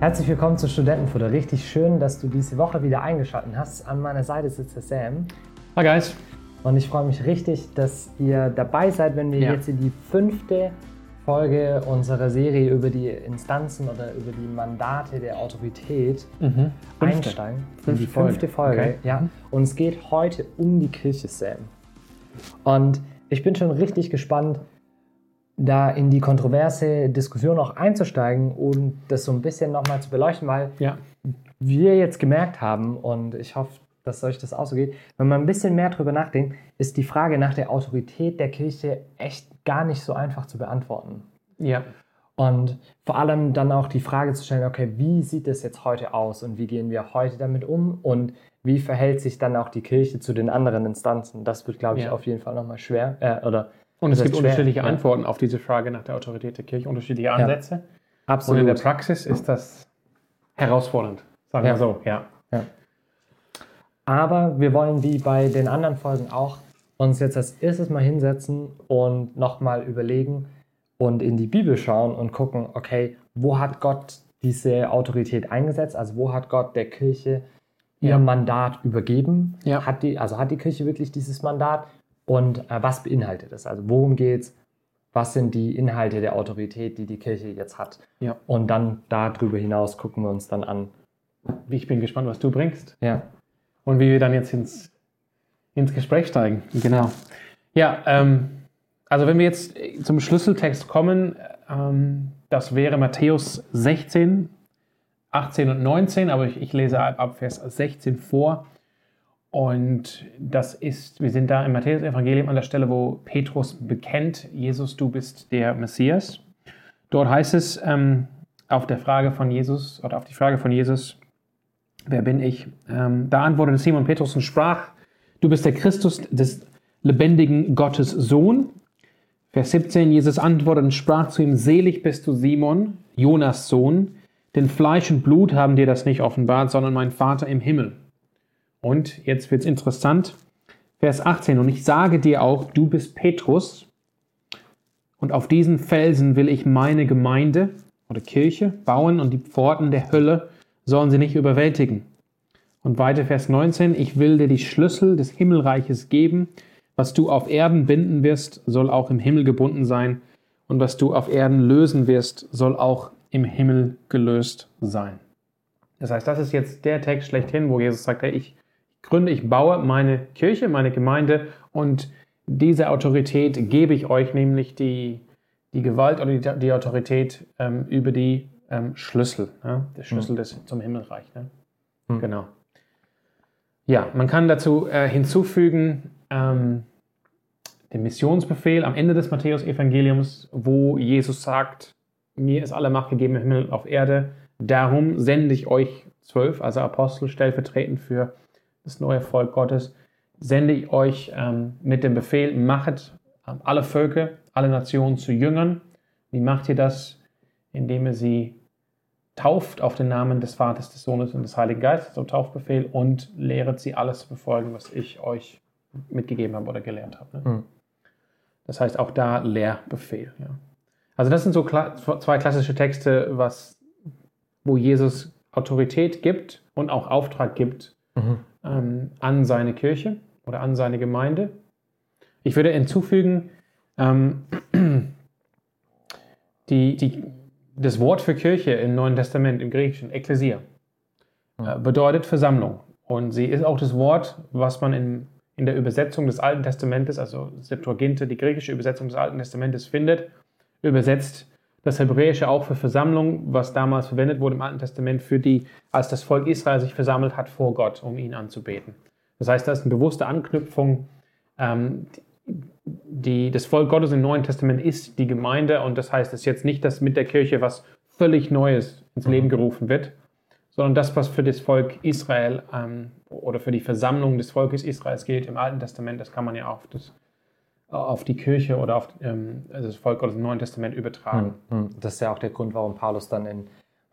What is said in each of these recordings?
Herzlich willkommen zu Studentenfutter. Richtig schön, dass du diese Woche wieder eingeschaltet hast. An meiner Seite sitzt der Sam. Hi guys. Und ich freue mich richtig, dass ihr dabei seid, wenn wir jetzt in die 5. Folge unserer Serie über die Instanzen oder über die Mandate der Autorität einsteigen. In die 5. Folge. Okay. Ja. Und es geht heute um die Kirche, Sam. Und ich bin schon richtig gespannt, da in die kontroverse Diskussion auch einzusteigen und das so ein bisschen nochmal zu beleuchten, weil wir jetzt gemerkt haben, und ich hoffe, dass euch das auch so geht, wenn man ein bisschen mehr drüber nachdenkt, ist die Frage nach der Autorität der Kirche echt gar nicht so einfach zu beantworten. Ja. Und vor allem dann auch die Frage zu stellen, okay, wie sieht es jetzt heute aus und wie gehen wir heute damit um und wie verhält sich dann auch die Kirche zu den anderen Instanzen? Das wird, glaube ich, auf jeden Fall nochmal schwer, Und es gibt unterschiedliche Antworten auf diese Frage nach der Autorität der Kirche, unterschiedliche Ansätze. Absolut. Und in der Praxis ist das herausfordernd, sagen wir so. Ja. Aber wir wollen, wie bei den anderen Folgen auch, uns jetzt als erstes mal hinsetzen und nochmal überlegen und in die Bibel schauen und gucken, okay, wo hat Gott diese Autorität eingesetzt? Also wo hat Gott der Kirche ihr Mandat übergeben? Ja. Hat die Kirche wirklich dieses Mandat? Und was beinhaltet es? Also worum geht's? Was sind die Inhalte der Autorität, die die Kirche jetzt hat? Ja. Und dann darüber hinaus gucken wir uns dann an. Ich bin gespannt, was du bringst. Ja. Und wie wir dann jetzt ins Gespräch steigen. Genau. Ja, also wenn wir jetzt zum Schlüsseltext kommen, das wäre Matthäus 16, 18 und 19, aber ich lese ab Vers 16 vor. Und wir sind da im Matthäus-Evangelium an der Stelle, wo Petrus bekennt, Jesus, du bist der Messias. Dort heißt es auf die Frage von Jesus, wer bin ich? Da antwortete Simon Petrus und sprach, du bist der Christus des lebendigen Gottes Sohn. Vers 17, Jesus antwortete und sprach zu ihm, selig bist du Simon, Jonas Sohn, denn Fleisch und Blut haben dir das nicht offenbart, sondern mein Vater im Himmel. Und jetzt wird es interessant, Vers 18, und ich sage dir auch, du bist Petrus, und auf diesen Felsen will ich meine Gemeinde oder Kirche bauen, und die Pforten der Hölle sollen sie nicht überwältigen. Und weiter Vers 19, ich will dir die Schlüssel des Himmelreiches geben, was du auf Erden binden wirst, soll auch im Himmel gebunden sein, und was du auf Erden lösen wirst, soll auch im Himmel gelöst sein. Das heißt, das ist jetzt der Text schlechthin, wo Jesus sagt, hey, ich baue meine Kirche, meine Gemeinde, und diese Autorität gebe ich euch, nämlich die Gewalt oder die Autorität über die Schlüssel, der Schlüssel zum Himmelreich. Genau. Ja, man kann dazu hinzufügen den Missionsbefehl am Ende des Matthäus-Evangeliums, wo Jesus sagt, mir ist alle Macht gegeben im Himmel und auf Erde, darum sende ich euch 12, also Apostel, stellvertretend für das neue Volk Gottes, sende ich euch mit dem Befehl, machet alle Völker, alle Nationen zu Jüngern. Wie macht ihr das? Indem ihr sie tauft auf den Namen des Vaters, des Sohnes und des Heiligen Geistes, so Taufbefehl, und lehret sie alles zu befolgen, was ich euch mitgegeben habe oder gelehrt habe. Das heißt auch da Lehrbefehl. Ja. Also das sind so zwei klassische Texte, wo Jesus Autorität gibt und auch Auftrag gibt an seine Kirche oder an seine Gemeinde. Ich würde hinzufügen, das Wort für Kirche im Neuen Testament, im Griechischen, Ekklesia, bedeutet Versammlung. Und sie ist auch das Wort, was man in der Übersetzung des Alten Testamentes, also Septuaginta, die griechische Übersetzung des Alten Testamentes, findet, übersetzt das Hebräische auch für Versammlung, was damals verwendet wurde im Alten Testament als das Volk Israel sich versammelt hat vor Gott, um ihn anzubeten. Das heißt, das ist eine bewusste Anknüpfung. Das Volk Gottes im Neuen Testament ist die Gemeinde, und das heißt, es ist jetzt nicht das mit der Kirche, was völlig Neues ins Leben gerufen wird, sondern das, was für das Volk Israel oder für die Versammlung des Volkes Israels gilt im Alten Testament, das kann man ja auf die Kirche oder auf das Volk Gottes im Neuen Testament übertragen. Das ist ja auch der Grund, warum Paulus dann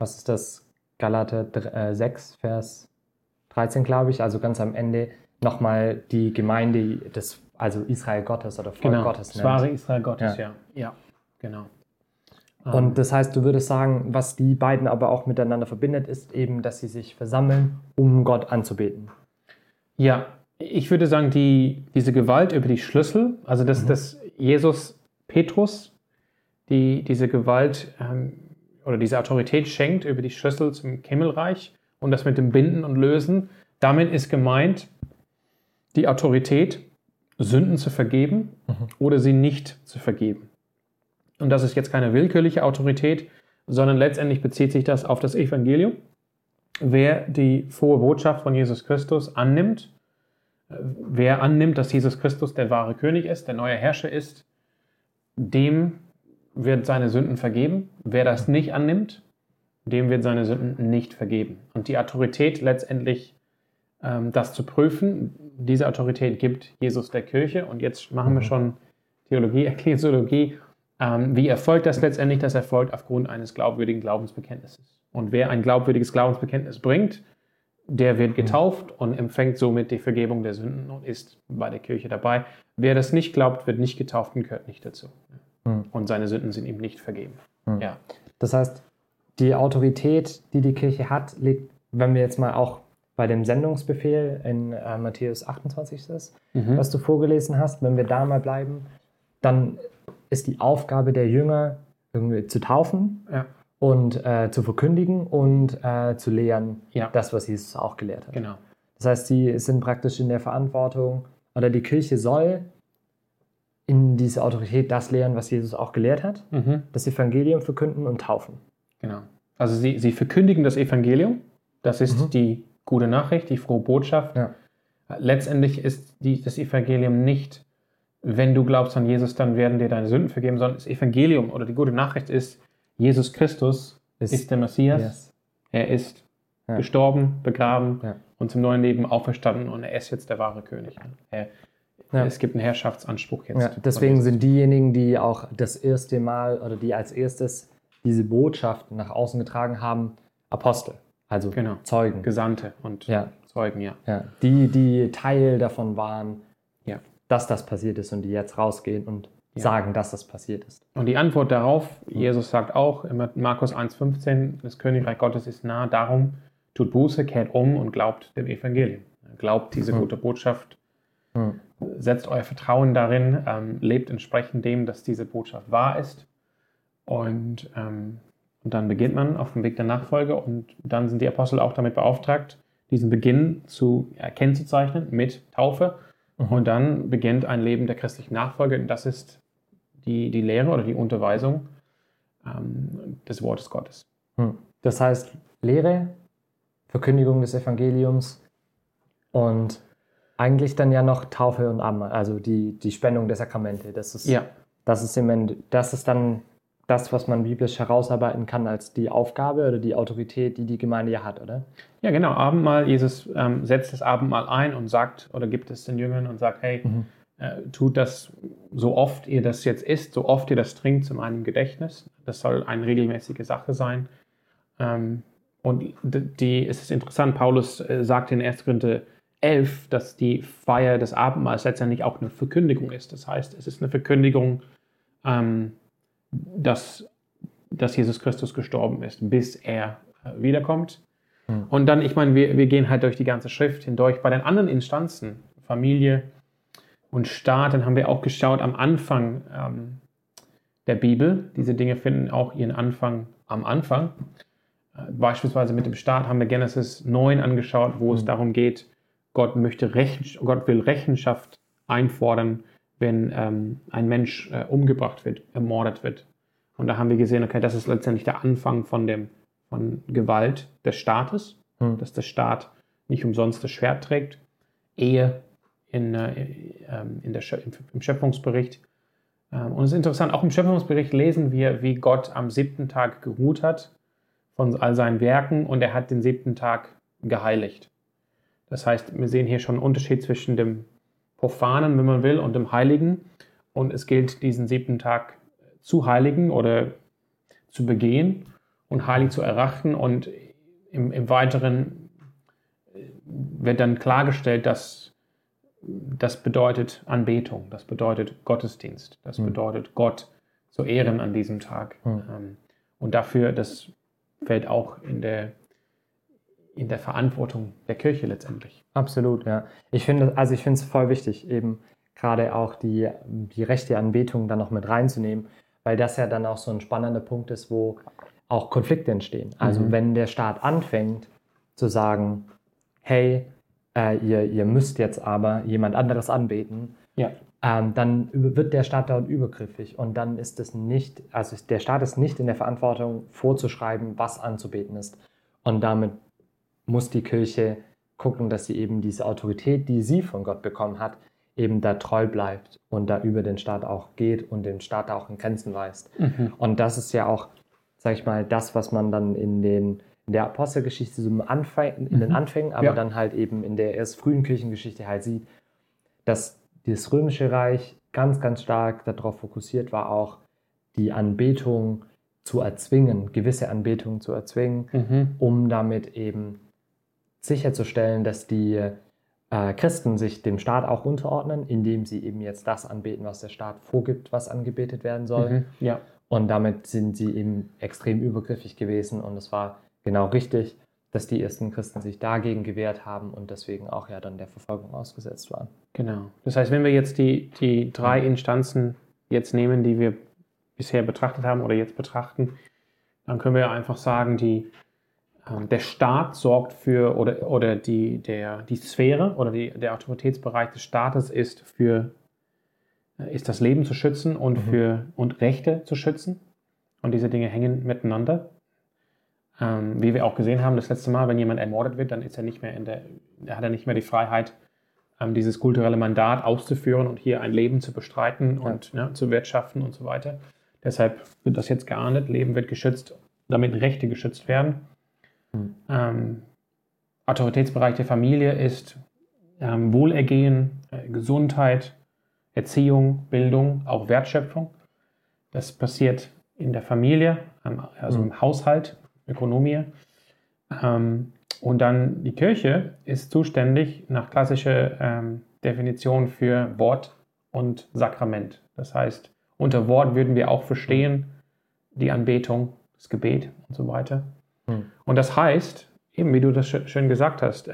Galater 6, Vers 13, glaube ich, also ganz am Ende nochmal die Gemeinde also Israel Gottes oder Volk Gottes nennt. Das wahre Israel Gottes, ja, genau. Und das heißt, du würdest sagen, was die beiden aber auch miteinander verbindet, ist eben, dass sie sich versammeln, um Gott anzubeten. Ja, ich würde sagen, diese Gewalt über die Schlüssel, also dass Jesus Petrus diese Gewalt oder diese Autorität schenkt über die Schlüssel zum Himmelreich und das mit dem Binden und Lösen, damit ist gemeint, die Autorität, Sünden zu vergeben oder sie nicht zu vergeben. Und das ist jetzt keine willkürliche Autorität, sondern letztendlich bezieht sich das auf das Evangelium. Wer die frohe Botschaft von Jesus Christus annimmt, wer annimmt, dass Jesus Christus der wahre König ist, der neue Herrscher ist, dem wird seine Sünden vergeben. Wer das nicht annimmt, dem wird seine Sünden nicht vergeben. Und die Autorität letztendlich, das zu prüfen, diese Autorität gibt Jesus der Kirche. Und jetzt machen wir schon Theologie, Ekklesiologie. Wie erfolgt das letztendlich? Das erfolgt aufgrund eines glaubwürdigen Glaubensbekenntnisses. Und wer ein glaubwürdiges Glaubensbekenntnis bringt, der wird getauft und empfängt somit die Vergebung der Sünden und ist bei der Kirche dabei. Wer das nicht glaubt, wird nicht getauft und gehört nicht dazu. Und seine Sünden sind ihm nicht vergeben. Ja. Das heißt, die Autorität, die die Kirche hat, liegt, wenn wir jetzt mal auch bei dem Sendungsbefehl in Matthäus 28 ist, was du vorgelesen hast, wenn wir da mal bleiben, dann ist die Aufgabe der Jünger, irgendwie zu taufen und zu verkündigen und zu lehren, das, was Jesus auch gelehrt hat. Genau. Das heißt, sie sind praktisch in der Verantwortung, oder die Kirche soll in diese Autorität das lehren, was Jesus auch gelehrt hat, das Evangelium verkünden und taufen. Genau. Also sie verkündigen das Evangelium, das ist die gute Nachricht, die frohe Botschaft. Ja. Letztendlich ist das Evangelium nicht, wenn du glaubst an Jesus, dann werden dir deine Sünden vergeben, sondern das Evangelium oder die gute Nachricht ist, Jesus Christus ist der Messias. Yes. Er ist gestorben, begraben und zum neuen Leben auferstanden und er ist jetzt der wahre König. Es gibt einen Herrschaftsanspruch jetzt. Ja, deswegen sind diejenigen, die auch das erste Mal oder die als erstes diese Botschaft nach außen getragen haben, Apostel, also Zeugen. Gesandte und Zeugen, ja. Die Teil davon waren, dass das passiert ist und die jetzt rausgehen und sagen, dass das passiert ist. Und die Antwort darauf, Jesus sagt auch in Markus 1,15, das Königreich Gottes ist nah, darum tut Buße, kehrt um und glaubt dem Evangelium. Glaubt diese gute Botschaft, setzt euer Vertrauen darin, lebt entsprechend dem, dass diese Botschaft wahr ist. Und dann beginnt man auf dem Weg der Nachfolge und dann sind die Apostel auch damit beauftragt, diesen Beginn kennzuzeichnen mit Taufe. Und dann beginnt ein Leben der christlichen Nachfolge. Und das ist die Lehre oder die Unterweisung des Wortes Gottes. Das heißt, Lehre, Verkündigung des Evangeliums und eigentlich dann ja noch Taufe und Abendmahl, also die Spendung der Sakramente. Das ist dann das, was man biblisch herausarbeiten kann als die Aufgabe oder die Autorität, die die Gemeinde ja hat, oder? Ja, genau. Abendmahl, Jesus setzt das Abendmahl ein und sagt oder gibt es den Jüngern und sagt, hey, tut das so oft ihr das jetzt isst, so oft ihr das trinkt zu meinem Gedächtnis. Das soll eine regelmäßige Sache sein. Und es ist interessant, Paulus sagt in 1. Korinther 11, dass die Feier des Abendmahls letztendlich auch eine Verkündigung ist. Das heißt, es ist eine Verkündigung, dass Jesus Christus gestorben ist, bis er wiederkommt. Und dann, ich meine, wir gehen halt durch die ganze Schrift hindurch. Bei den anderen Instanzen, Familie und Staat, dann haben wir auch geschaut am Anfang der Bibel. Diese Dinge finden auch ihren Anfang am Anfang. Beispielsweise mit dem Staat haben wir Genesis 9 angeschaut, wo es darum geht, Gott will Rechenschaft einfordern, wenn ein Mensch umgebracht wird, ermordet wird. Und da haben wir gesehen, okay, das ist letztendlich der Anfang von Gewalt des Staates, dass der Staat nicht umsonst das Schwert trägt. Ehe im Schöpfungsbericht. Und es ist interessant, auch im Schöpfungsbericht lesen wir, wie Gott am 7. Tag geruht hat von all seinen Werken und er hat den 7. Tag geheiligt. Das heißt, wir sehen hier schon einen Unterschied zwischen dem Profanen, wenn man will, und dem Heiligen. Und es gilt, diesen 7. Tag zu heiligen oder zu begehen und heilig zu erachten. Und im Weiteren wird dann klargestellt, dass das bedeutet Anbetung, das bedeutet Gottesdienst, das bedeutet Gott zu ehren an diesem Tag. Und dafür, das fällt auch in der Verantwortung der Kirche letztendlich. Absolut, ja. Ich finde es voll wichtig, eben gerade auch die rechte Anbetung dann noch mit reinzunehmen, weil das ja dann auch so ein spannender Punkt ist, wo auch Konflikte entstehen. Also wenn der Staat anfängt zu sagen, hey, ihr müsst jetzt aber jemand anderes anbeten, dann wird der Staat dort übergriffig und dann ist es nicht, also der Staat ist nicht in der Verantwortung vorzuschreiben, was anzubeten ist. Und damit muss die Kirche gucken, dass sie eben diese Autorität, die sie von Gott bekommen hat, eben da treu bleibt und da über den Staat auch geht und den Staat auch in Grenzen weist. Und das ist ja auch, sag ich mal, das, was man dann in der Apostelgeschichte so in den Anfängen, aber dann halt eben in der erst frühen Kirchengeschichte halt sieht, dass das Römische Reich ganz, ganz stark darauf fokussiert war, auch die Anbetung zu erzwingen, gewisse Anbetungen zu erzwingen, um damit eben sicherzustellen, dass die Christen sich dem Staat auch unterordnen, indem sie eben jetzt das anbeten, was der Staat vorgibt, was angebetet werden soll. Und damit sind sie eben extrem übergriffig gewesen und es war genau richtig, dass die ersten Christen sich dagegen gewehrt haben und deswegen auch ja dann der Verfolgung ausgesetzt waren. Genau. Das heißt, wenn wir jetzt die 3 Instanzen jetzt nehmen, die wir bisher betrachtet haben oder jetzt betrachten, dann können wir einfach sagen, der Staat sorgt für, oder die Sphäre oder der Autoritätsbereich des Staates ist das Leben zu schützen und Rechte zu schützen. Und diese Dinge hängen miteinander. Wie wir auch gesehen haben das letzte Mal, wenn jemand ermordet wird, dann ist er nicht mehr hat er nicht mehr die Freiheit, dieses kulturelle Mandat auszuführen und hier ein Leben zu bestreiten und zu wirtschaften und so weiter. Deshalb wird das jetzt geahndet, Leben wird geschützt, damit Rechte geschützt werden. Autoritätsbereich der Familie ist Wohlergehen, Gesundheit, Erziehung, Bildung, auch Wertschöpfung. Das passiert in der Familie, also im Haushalt, Ökonomie. Und dann die Kirche ist zuständig nach klassischer Definition für Wort und Sakrament. Das heißt, unter Wort würden wir auch verstehen die Anbetung, das Gebet und so weiter. Und das heißt, eben wie du das schön gesagt hast,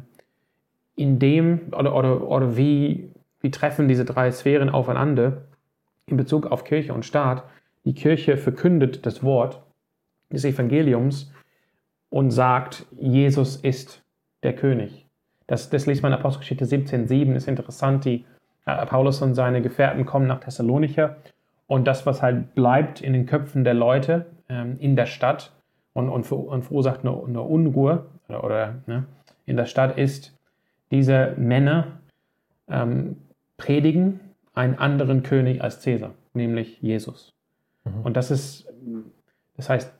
wie treffen diese 3 Sphären aufeinander in Bezug auf Kirche und Staat? Die Kirche verkündet das Wort des Evangeliums und sagt, Jesus ist der König. Das liest man in Apostelgeschichte 17,7, ist interessant. Paulus und seine Gefährten kommen nach Thessalonicher und das, was halt bleibt in den Köpfen der Leute in der Stadt und verursacht eine Unruhe in der Stadt ist, diese Männer predigen einen anderen König als Cäsar, nämlich Jesus. Und das heißt,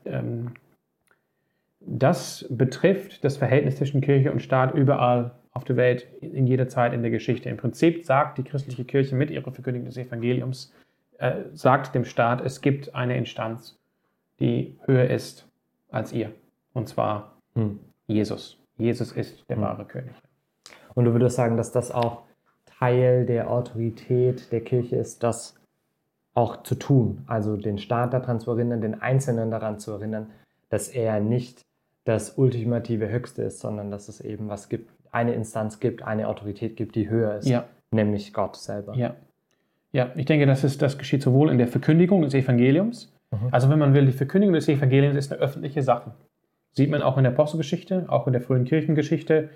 das betrifft das Verhältnis zwischen Kirche und Staat überall auf der Welt, in jeder Zeit in der Geschichte. Im Prinzip sagt die christliche Kirche mit ihrer Verkündigung des Evangeliums, sagt dem Staat, es gibt eine Instanz, die höher ist als ihr. Und zwar Jesus. Jesus ist der wahre König. Und du würdest sagen, dass das auch Teil der Autorität der Kirche ist, das auch zu tun, also den Staat daran zu erinnern, den Einzelnen daran zu erinnern, dass er nicht das ultimative Höchste ist, sondern dass es eben was gibt, eine Instanz gibt, eine Autorität gibt, die höher ist, nämlich Gott selber. Ja, ich denke, das geschieht sowohl in der Verkündigung des Evangeliums, also wenn man will, die Verkündigung des Evangeliums ist eine öffentliche Sache. Sieht man auch in der Apostelgeschichte, auch in der frühen Kirchengeschichte,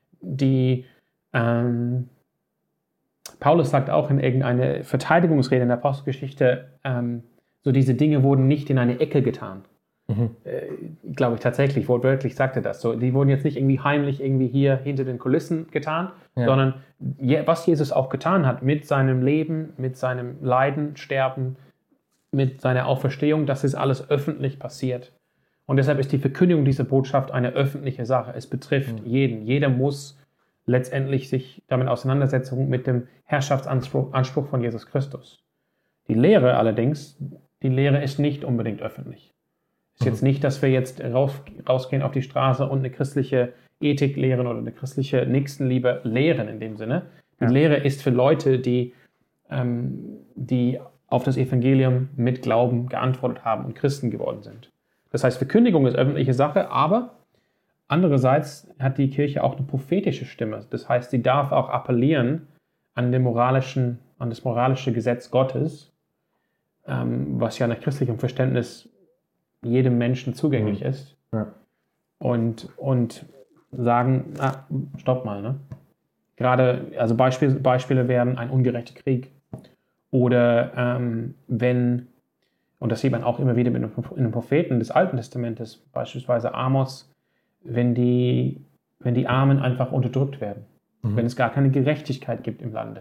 Paulus sagt auch in irgendeiner Verteidigungsrede in der Apostelgeschichte, so diese Dinge wurden nicht in eine Ecke getan. Glaube ich tatsächlich, wortwörtlich sagt er das. So, die wurden jetzt nicht irgendwie heimlich irgendwie hier hinter den Kulissen getan, sondern was Jesus auch getan hat mit seinem Leben, mit seinem Leiden, Sterben, mit seiner Auferstehung, das ist alles öffentlich passiert. Und deshalb ist die Verkündigung dieser Botschaft eine öffentliche Sache. Es betrifft jeden. Jeder muss letztendlich sich damit auseinandersetzen mit dem Herrschaftsanspruch von Jesus Christus. Die Lehre allerdings, die Lehre ist nicht unbedingt öffentlich. Es ist jetzt nicht, dass wir jetzt rausgehen auf die Straße und eine christliche Ethik lehren oder eine christliche Nächstenliebe lehren in dem Sinne. Die Lehre ist für Leute, die auf das Evangelium mit Glauben geantwortet haben und Christen geworden sind. Das heißt, Verkündigung ist öffentliche Sache, aber andererseits hat die Kirche auch eine prophetische Stimme. Das heißt, sie darf auch appellieren an das moralische Gesetz Gottes, was ja nach christlichem Verständnis jedem Menschen zugänglich ist. Ja. Und sagen, stopp mal, ne? Gerade, also Beispiele wären ein ungerechter Krieg oder wenn, und das sieht man auch immer wieder in den Propheten des Alten Testamentes, beispielsweise Amos, wenn die Armen einfach unterdrückt werden, wenn es gar keine Gerechtigkeit gibt im Lande.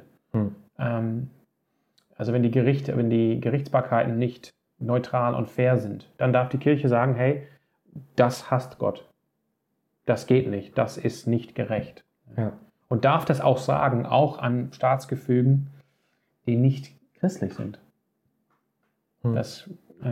Also wenn die Gerichtsbarkeiten nicht neutral und fair sind, dann darf die Kirche sagen, hey, das hasst Gott. Das geht nicht, das ist nicht gerecht. Ja. Und darf das auch sagen, auch an Staatsgefügen, die nicht christlich sind. Das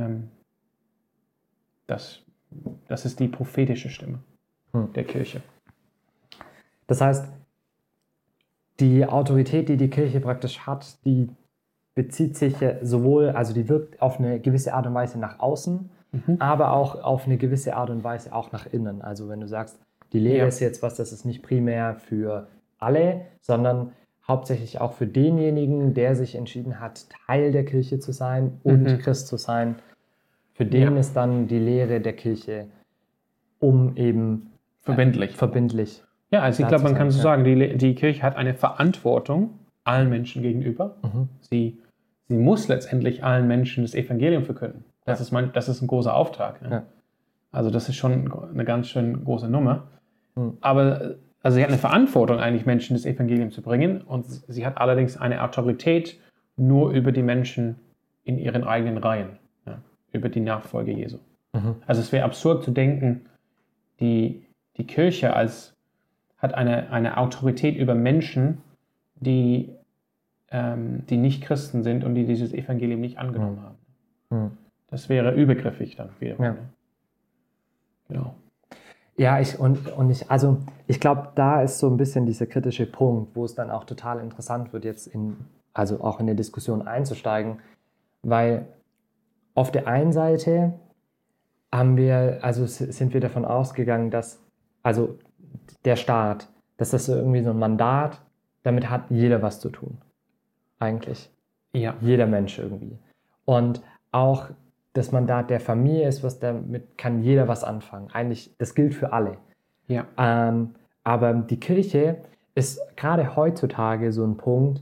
ist die prophetische Stimme der Kirche. Das heißt, die Autorität, die die Kirche praktisch hat, die bezieht sich sowohl, also die wirkt auf eine gewisse Art und Weise nach außen, aber auch auf eine gewisse Art und Weise auch nach innen. Also wenn du sagst, die Lehre ist jetzt was, das ist nicht primär für alle, sondern hauptsächlich auch für denjenigen, der sich entschieden hat, Teil der Kirche zu sein und Christ zu sein. Für den ist dann die Lehre der Kirche verbindlich. Ja, also ich glaube, man kann so sagen, die Kirche hat eine Verantwortung allen Menschen gegenüber. Sie muss letztendlich allen Menschen das Evangelium verkünden. Das ist ein großer Auftrag. Ja. Also das ist schon eine ganz schön große Nummer. Aber also sie hat eine Verantwortung, eigentlich Menschen das Evangelium zu bringen, und sie hat allerdings eine Autorität nur über die Menschen in ihren eigenen Reihen, über die Nachfolge Jesu. Also es wäre absurd zu denken, die Kirche hat eine Autorität über Menschen, die nicht Christen sind und die dieses Evangelium nicht angenommen haben. Das wäre übergriffig dann wieder. Ja. Ne? Genau. Ja, ich glaube, da ist so ein bisschen dieser kritische Punkt, wo es dann auch total interessant wird, jetzt auch in der Diskussion einzusteigen, weil auf der einen Seite sind wir davon ausgegangen, dass der Staat, dass das irgendwie so ein Mandat, damit hat jeder was zu tun. Eigentlich. Ja. Jeder Mensch irgendwie. Und auch das Mandat der Familie ist, damit kann jeder was anfangen. Eigentlich, das gilt für alle. Ja. Aber die Kirche ist gerade heutzutage so ein Punkt,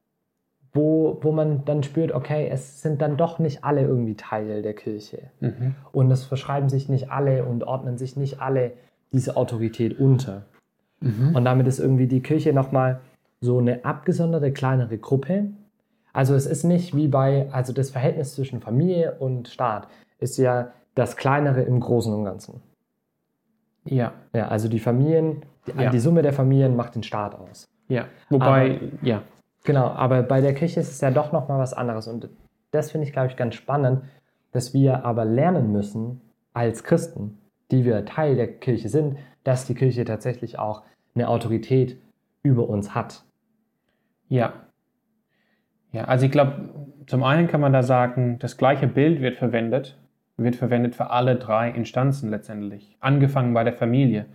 wo man dann spürt, okay, es sind dann doch nicht alle irgendwie Teil der Kirche. Und es verschreiben sich nicht alle und ordnen sich nicht alle diese Autorität unter. Und damit ist irgendwie die Kirche nochmal so eine abgesonderte, kleinere Gruppe. Also es ist nicht wie also das Verhältnis zwischen Familie und Staat ist ja das Kleinere im Großen und Ganzen. Ja. Ja, also die Familien, die Summe der Familien macht den Staat aus. Ja, wobei, Genau, aber bei der Kirche ist es ja doch nochmal was anderes. Und das finde ich, glaube ich, ganz spannend, dass wir aber lernen müssen, als Christen, die wir Teil der Kirche sind, dass die Kirche tatsächlich auch eine Autorität über uns hat. Ja. Ja, also ich glaube, zum einen kann man da sagen, das gleiche Bild wird verwendet für alle drei Instanzen letztendlich. Angefangen bei der Familie.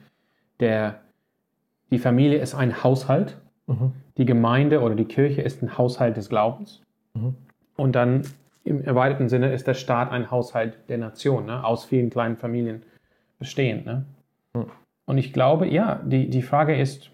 Die Familie ist ein Haushalt, die Gemeinde oder die Kirche ist ein Haushalt des Glaubens. Und dann im erweiterten Sinne ist der Staat ein Haushalt der Nation, ne? Aus vielen kleinen Familien bestehend. Ne? Und ich glaube, die Frage ist,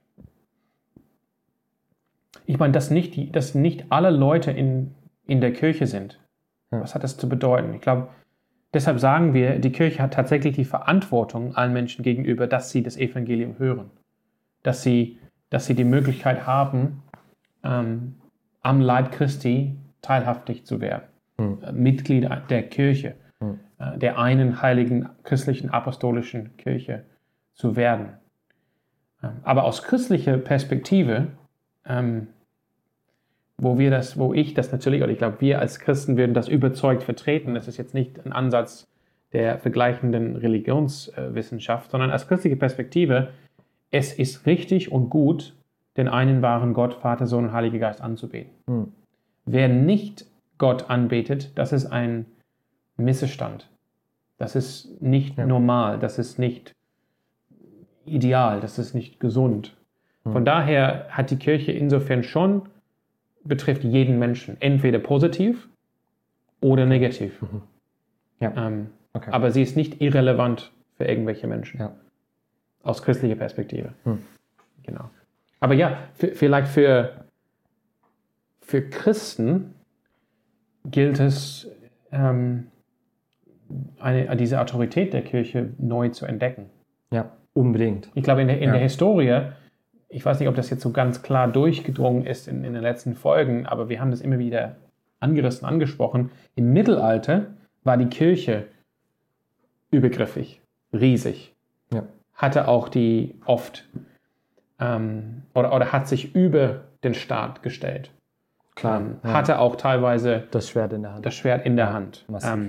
ich meine, dass nicht alle Leute in der Kirche sind. Was hat das zu bedeuten? Ich glaube, deshalb sagen wir, die Kirche hat tatsächlich die Verantwortung allen Menschen gegenüber, dass sie das Evangelium hören. Dass sie die Möglichkeit haben, am Leib Christi teilhaftig zu werden. Mitglied der Kirche, der einen heiligen christlichen apostolischen Kirche zu werden. Aber aus christlicher Perspektive, wo ich das natürlich, oder ich glaube, wir als Christen würden das überzeugt vertreten, das ist jetzt nicht ein Ansatz der vergleichenden Religionswissenschaft, sondern aus christlicher Perspektive, es ist richtig und gut, den einen wahren Gott, Vater, Sohn und Heiliger Geist anzubeten. Wer nicht Gott anbetet, das ist ein Missstand. Das ist nicht normal, das ist nicht ideal, das ist nicht gesund. Von daher hat die Kirche insofern schon, betrifft jeden Menschen, entweder positiv oder negativ. Ja. Okay. Aber sie ist nicht irrelevant für irgendwelche Menschen. Ja. Aus christlicher Perspektive. Genau. Aber ja, vielleicht für Christen gilt es, diese Autorität der Kirche neu zu entdecken. Ja, unbedingt. Ich glaube, in der Historie, ich weiß nicht, ob das jetzt so ganz klar durchgedrungen ist in den letzten Folgen, aber wir haben das immer wieder angerissen, angesprochen. Im Mittelalter war die Kirche übergriffig, riesig. Ja. Hatte auch die oft oder hat sich über den Staat gestellt. Klar. Hatte auch teilweise das Schwert in der Hand.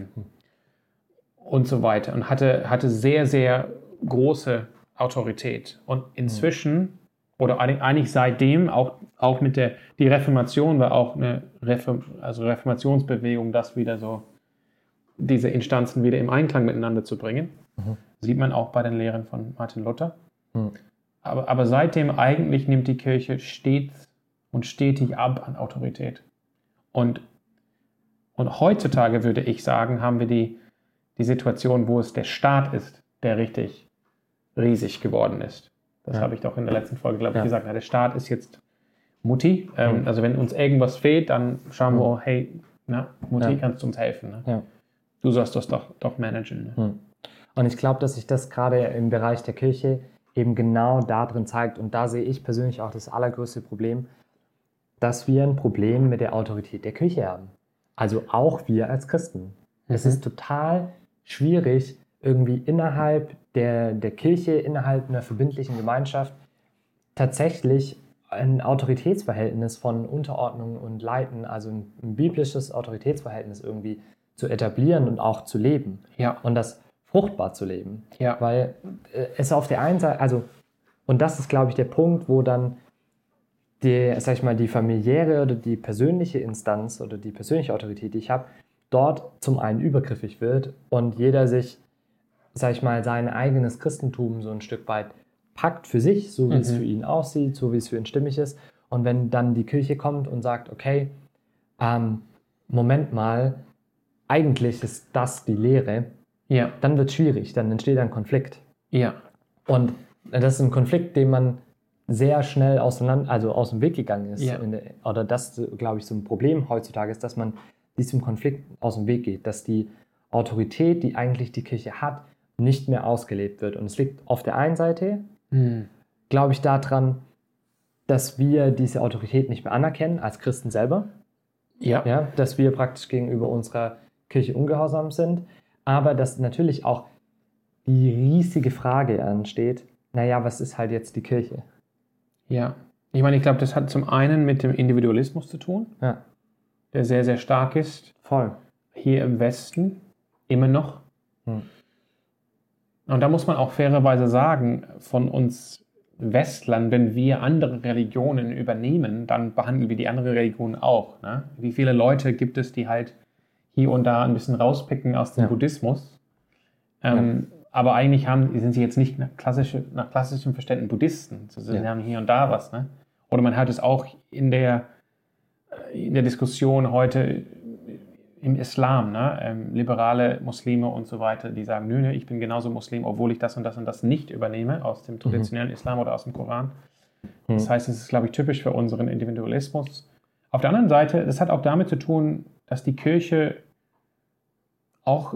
Und so weiter. Und hatte sehr, sehr große Autorität. Und inzwischen, oder eigentlich seitdem, auch mit die Reformation war auch eine Reformationsbewegung, das wieder so, diese Instanzen wieder im Einklang miteinander zu bringen. Sieht man auch bei den Lehren von Martin Luther. Aber seitdem eigentlich nimmt die Kirche stets und stetig ab an Autorität. Und heutzutage, würde ich sagen, haben wir die Situation, wo es der Staat ist, der richtig riesig geworden ist. Das habe ich doch in der letzten Folge, glaube ich, gesagt. Der Staat ist jetzt Mutti. Also wenn uns irgendwas fehlt, dann schauen wir, hey, Mutti, kannst du uns helfen? Ne? Ja. Du sollst das doch managen. Ne? Und ich glaube, dass sich das gerade im Bereich der Kirche eben genau da drin zeigt. Und da sehe ich persönlich auch das allergrößte Problem, dass wir ein Problem mit der Autorität der Kirche haben. Also auch wir als Christen. Es ist total schwierig, irgendwie innerhalb der Kirche, innerhalb einer verbindlichen Gemeinschaft tatsächlich ein Autoritätsverhältnis von Unterordnung und Leiten, also ein biblisches Autoritätsverhältnis irgendwie zu etablieren und auch zu leben. Ja. Und das fruchtbar zu leben. Ja. Weil es auf der einen Seite, und das ist, glaube ich, der Punkt, wo dann die familiäre oder die persönliche Instanz oder die persönliche Autorität, die ich habe, dort zum einen übergriffig wird und jeder sich, sein eigenes Christentum so ein Stück weit packt für sich, so wie es für ihn aussieht, so wie es für ihn stimmig ist. Und wenn dann die Kirche kommt und sagt, okay, Moment mal, eigentlich ist das die Lehre, dann wird es schwierig, dann entsteht ein Konflikt. Ja. Und das ist ein Konflikt, den man sehr schnell aus dem Weg gegangen ist. Ja. Oder das, glaube ich, so ein Problem heutzutage ist, dass man diesem Konflikt aus dem Weg geht, dass die Autorität, die eigentlich die Kirche hat, nicht mehr ausgelebt wird. Und es liegt auf der einen Seite, glaube ich, daran, dass wir diese Autorität nicht mehr anerkennen als Christen selber. Ja, dass wir praktisch gegenüber unserer Kirche ungehorsam sind. Aber dass natürlich auch die riesige Frage ansteht, was ist halt jetzt die Kirche? Ja, ich meine, ich glaube, das hat zum einen mit dem Individualismus zu tun, der sehr, sehr stark ist. Voll. Hier im Westen, immer noch. Und da muss man auch fairerweise sagen, von uns Westlern, wenn wir andere Religionen übernehmen, dann behandeln wir die anderen Religionen auch. Ne? Wie viele Leute gibt es, die halt hier und da ein bisschen rauspicken aus dem Buddhismus? Aber eigentlich sind sie jetzt nicht nach klassischem Verständnis Buddhisten. Sie haben hier und da was. Ne? Oder man hat es auch in der Diskussion heute im Islam, ne? Liberale Muslime und so weiter, die sagen, nö, ich bin genauso Muslim, obwohl ich das und das und das nicht übernehme aus dem traditionellen Islam oder aus dem Koran. Das heißt, es ist, glaube ich, typisch für unseren Individualismus. Auf der anderen Seite, das hat auch damit zu tun, dass die Kirche auch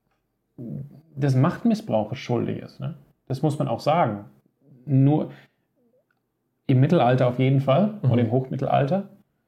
des Machtmissbrauches schuldig ist. Ne? Das muss man auch sagen. Nur im Mittelalter auf jeden Fall oder im Hochmittelalter.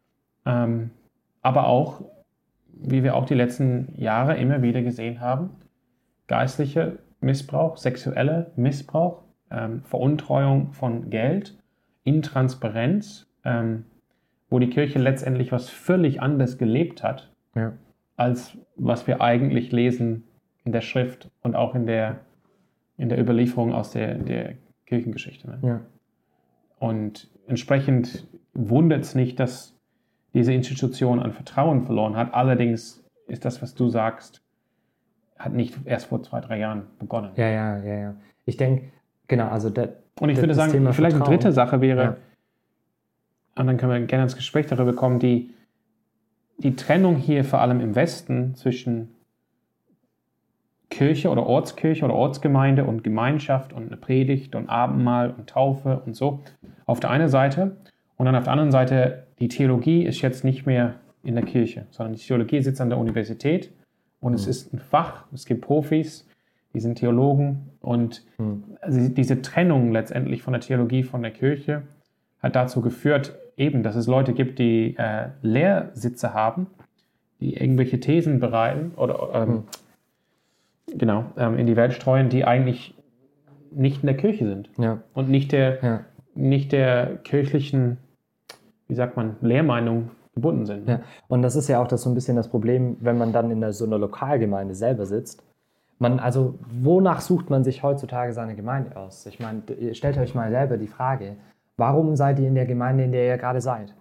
Aber auch, wie wir auch die letzten Jahre immer wieder gesehen haben, geistlicher Missbrauch, sexueller Missbrauch, Veruntreuung von Geld, Intransparenz, wo die Kirche letztendlich was völlig anderes gelebt hat, als was wir eigentlich lesen in der Schrift und auch in der Überlieferung aus der Kirchengeschichte. Ne? Ja. Und entsprechend wundert es nicht, dass diese Institution an Vertrauen verloren hat. Allerdings ist das, was du sagst, hat nicht erst vor 2-3 Jahren begonnen. Ja. Ich denke, genau, also und ich würde sagen, Thema vielleicht eine Vertrauen. dritte Sache wäre, Ja. und dann können wir gerne ins Gespräch darüber kommen, die Trennung hier vor allem im Westen zwischen Kirche oder Ortskirche oder Ortsgemeinde und Gemeinschaft und eine Predigt und Abendmahl und Taufe und so auf der einen Seite und dann auf der anderen Seite, die Theologie ist jetzt nicht mehr in der Kirche, sondern die Theologie sitzt an der Universität und es ist ein Fach, es gibt Profis, die sind Theologen und also diese Trennung letztendlich von der Theologie von der Kirche hat dazu geführt, eben, dass es Leute gibt, die Lehrsitze haben, die irgendwelche Thesen bereiten oder in die Welt streuen, die eigentlich nicht in der Kirche sind und nicht der kirchlichen, wie sagt man, Lehrmeinung gebunden sind. Ja. Und das ist ja auch so ein bisschen das Problem, wenn man dann in so einer Lokalgemeinde selber sitzt. Also wonach sucht man sich heutzutage seine Gemeinde aus? Ich meine, stellt euch mal selber die Frage, warum seid ihr in der Gemeinde, in der ihr gerade seid?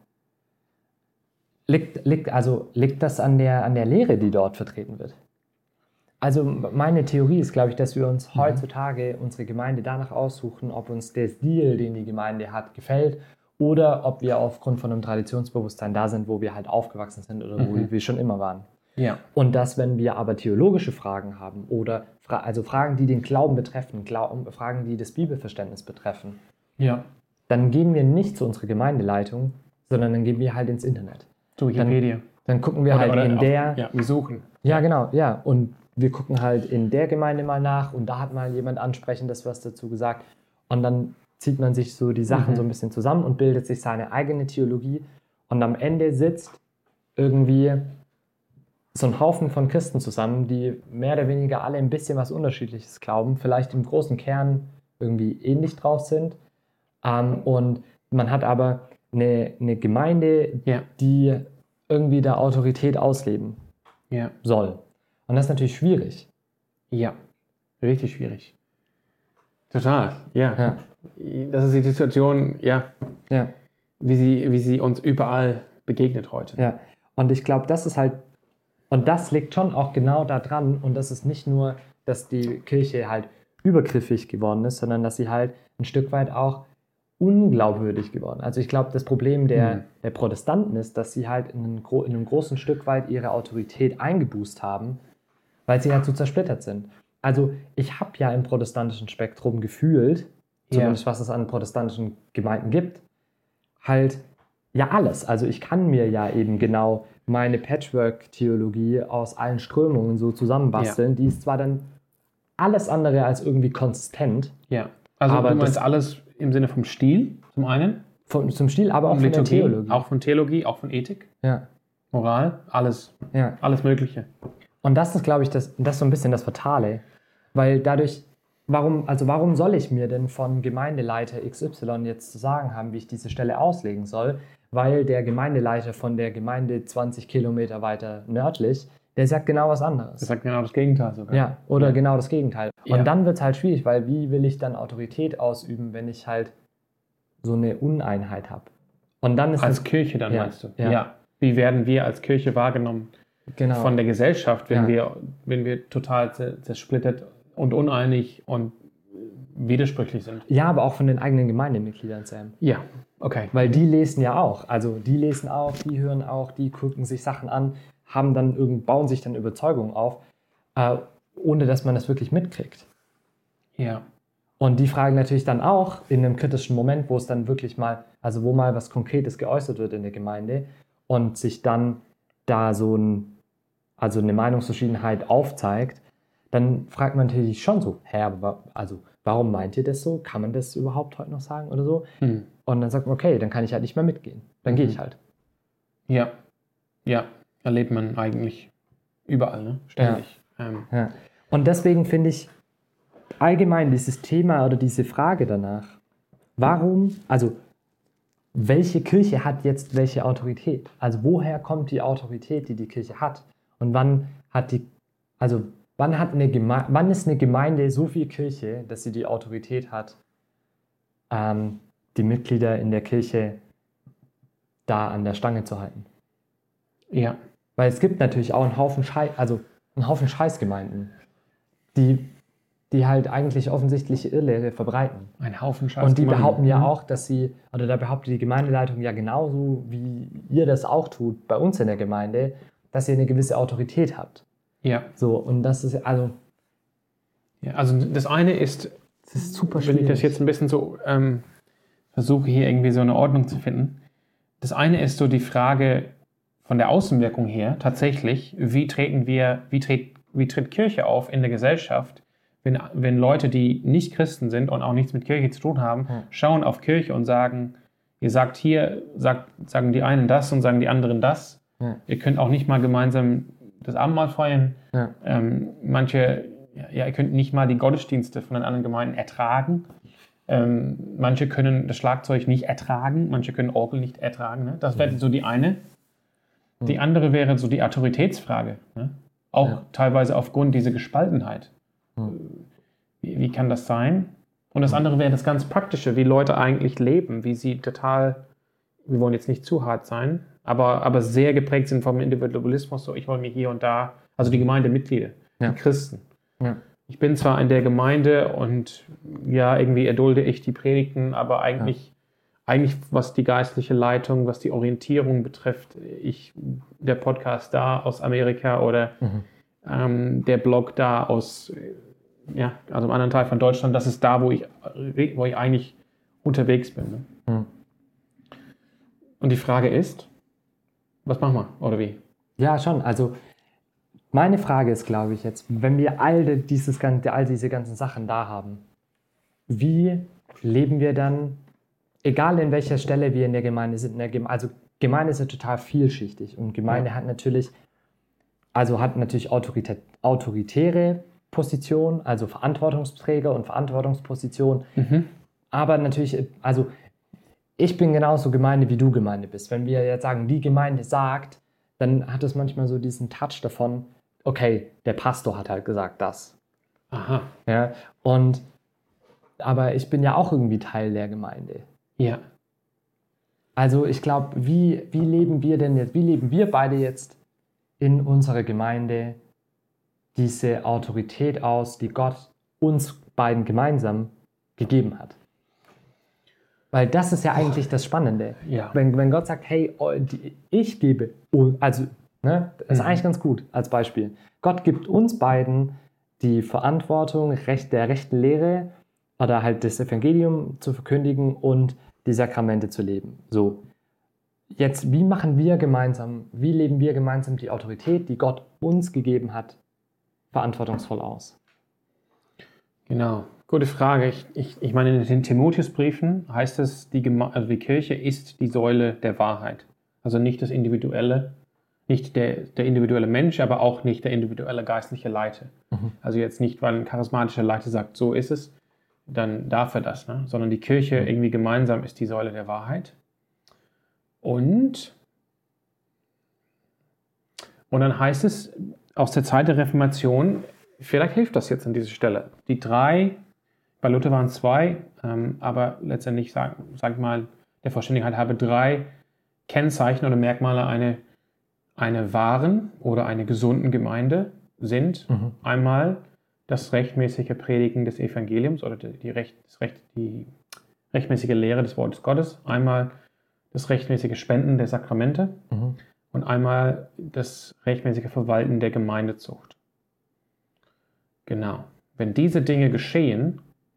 Liegt das an der Lehre, die dort vertreten wird? Also meine Theorie ist, glaube ich, dass wir uns heutzutage unsere Gemeinde danach aussuchen, ob uns der Stil, den die Gemeinde hat, gefällt oder ob wir aufgrund von einem Traditionsbewusstsein da sind, wo wir halt aufgewachsen sind oder wo wir schon immer waren. Ja. Und dass, wenn wir aber theologische Fragen haben oder Fragen, die den Glauben betreffen, Fragen, die das Bibelverständnis betreffen, dann gehen wir nicht zu unserer Gemeindeleitung, sondern dann gehen wir halt ins Internet. Zu Wikipedia. Dann gucken wir wir suchen. Ja, genau, ja. Und wir gucken halt in der Gemeinde mal nach und da hat mal jemand Ansprechendes was dazu gesagt. Und dann zieht man sich so die Sachen so ein bisschen zusammen und bildet sich seine eigene Theologie. Und am Ende sitzt irgendwie so ein Haufen von Christen zusammen, die mehr oder weniger alle ein bisschen was Unterschiedliches glauben, vielleicht im großen Kern irgendwie ähnlich drauf sind. Und man hat aber eine Gemeinde, die irgendwie der Autorität ausleben soll. Und das ist natürlich schwierig. Ja, richtig schwierig. Total, ja. Das ist die Situation, wie sie uns überall begegnet heute. Ja, und ich glaube, das ist halt, und das liegt schon auch genau daran, und das ist nicht nur, dass die Kirche halt übergriffig geworden ist, sondern dass sie halt ein Stück weit auch unglaubwürdig geworden ist. Also ich glaube, das Problem der Protestanten ist, dass sie halt in einem großen Stück weit ihre Autorität eingeboost haben, weil sie halt so zersplittert sind. Also ich habe ja im protestantischen Spektrum gefühlt, zumindest was es an protestantischen Gemeinden gibt, halt alles. Also ich kann mir ja eben genau meine Patchwork-Theologie aus allen Strömungen so zusammenbasteln. Die ist zwar dann alles andere als irgendwie konsistent. Ja, also aber du meinst alles im Sinne vom Stil zum einen? Zum Stil, aber auch von der Theologie. Auch von Theologie, auch von Ethik, Moral, alles Mögliche. Und das ist, glaube ich, das ist so ein bisschen das Fatale, weil dadurch, warum soll ich mir denn von Gemeindeleiter XY jetzt zu sagen haben, wie ich diese Stelle auslegen soll, weil der Gemeindeleiter von der Gemeinde 20 Kilometer weiter nördlich, der sagt genau was anderes. Der sagt genau das Gegenteil sogar. Ja, oder genau das Gegenteil. Und dann wird es halt schwierig, weil wie will ich dann Autorität ausüben, wenn ich halt so eine Uneinheit habe? Und dann ist als Kirche dann meinst du? Ja. Wie werden wir als Kirche wahrgenommen? Genau. Von der Gesellschaft, wenn wir total zersplittert und uneinig und widersprüchlich sind. Ja, aber auch von den eigenen Gemeindemitgliedern, Sam. Ja, okay. Weil die lesen ja auch. Also die lesen auch, die hören auch, die gucken sich Sachen an, bauen sich dann Überzeugungen auf, ohne dass man das wirklich mitkriegt. Ja. Und die fragen natürlich dann auch in einem kritischen Moment, wo es dann wirklich mal, also wo mal was Konkretes geäußert wird in der Gemeinde und sich dann da eine Meinungsverschiedenheit aufzeigt, dann fragt man natürlich schon so, warum meint ihr das so? Kann man das überhaupt heute noch sagen oder so? Und dann sagt man, okay, dann kann ich halt nicht mehr mitgehen. Dann gehe ich halt. Ja, erlebt man eigentlich überall, ne? Ständig. Ja. Und deswegen finde ich allgemein dieses Thema oder diese Frage danach, welche Kirche hat jetzt welche Autorität? Also woher kommt die Autorität, die die Kirche hat? Und wann ist eine Gemeinde so viel Kirche, dass sie die Autorität hat, die Mitglieder in der Kirche da an der Stange zu halten? Ja. Weil es gibt natürlich auch einen Haufen Scheißgemeinden, die halt eigentlich offensichtliche Irrlehre verbreiten. Ein Haufen Scheiß. Und die behaupten ja auch, da behauptet die Gemeindeleitung ja genauso, wie ihr das auch tut, bei uns in der Gemeinde, dass ihr eine gewisse Autorität habt. Ja. So, und das ist also das eine ist, das ist super wenn schwierig. ich das jetzt ein bisschen so versuche, hier irgendwie so eine Ordnung zu finden. Das eine ist so die Frage von der Außenwirkung her, tatsächlich, wie tritt Kirche auf in der Gesellschaft, wenn Leute, die nicht Christen sind und auch nichts mit Kirche zu tun haben, schauen auf Kirche und sagen, ihr sagt hier, sagen die einen das und sagen die anderen das. Ja. Ihr könnt auch nicht mal gemeinsam das Abendmahl feiern. Ja. Ihr könnt nicht mal die Gottesdienste von den anderen Gemeinden ertragen. Manche können das Schlagzeug nicht ertragen, manche können Orgel nicht ertragen. Ne? Das wäre so die eine. Die andere wäre so die Autoritätsfrage. Ne? Auch teilweise aufgrund dieser Gespaltenheit. Wie kann das sein? Und das andere wäre das ganz Praktische, wie Leute eigentlich leben, wie sie total, wir wollen jetzt nicht zu hart sein, aber sehr geprägt sind vom Individualismus, so ich wollte mir hier und da, also die Gemeindemitglieder, die Christen. Ja. Ich bin zwar in der Gemeinde und ja, irgendwie erdulde ich die Predigten, aber eigentlich, was die geistliche Leitung, was die Orientierung betrifft, der Podcast da aus Amerika oder der Blog da aus, also im anderen Teil von Deutschland, das ist da, wo ich eigentlich unterwegs bin. Ne? Und die Frage ist, was machen wir oder wie? Ja, schon. Also meine Frage ist, glaube ich, jetzt, wenn wir all diese ganzen Sachen da haben, wie leben wir dann, egal in welcher Stelle wir in der Gemeinde sind, also Gemeinde ist ja total vielschichtig und Gemeinde hat natürlich autoritäre Position, also Verantwortungsträger und Verantwortungsposition, aber natürlich, also ich bin genauso Gemeinde, wie du Gemeinde bist. Wenn wir jetzt sagen, die Gemeinde sagt, dann hat es manchmal so diesen Touch davon, okay, der Pastor hat halt gesagt das. Aha. Ja, aber ich bin ja auch irgendwie Teil der Gemeinde. Ja. Also ich glaube, wie leben wir beide jetzt in unserer Gemeinde diese Autorität aus, die Gott uns beiden gemeinsam gegeben hat? Weil das ist ja eigentlich das Spannende. Ja. Wenn Gott sagt, hey, ich gebe, also, ne, das ist eigentlich ganz gut als Beispiel. Gott gibt uns beiden die Verantwortung der rechten Lehre oder halt das Evangelium zu verkündigen und die Sakramente zu leben. So, jetzt, wie leben wir gemeinsam die Autorität, die Gott uns gegeben hat, verantwortungsvoll aus? Genau. Gute Frage. Ich meine, in den Timotheusbriefen heißt es, die Kirche ist die Säule der Wahrheit. Also nicht das Individuelle, nicht der individuelle Mensch, aber auch nicht der individuelle geistliche Leiter. Also jetzt nicht, weil ein charismatischer Leiter sagt, so ist es, dann darf er das, ne? Sondern die Kirche irgendwie gemeinsam ist die Säule der Wahrheit. Und dann heißt es aus der Zeit der Reformation, vielleicht hilft das jetzt an dieser Stelle, die drei, bei Luther waren es 2, aber letztendlich, sag ich mal, der Vollständigkeit halber 3 Kennzeichen oder Merkmale einer wahren oder einer gesunden Gemeinde sind einmal das rechtmäßige Predigen des Evangeliums oder die rechtmäßige Lehre des Wortes Gottes, einmal das rechtmäßige Spenden der Sakramente und einmal das rechtmäßige Verwalten der Gemeindezucht. Genau. Wenn diese Dinge geschehen,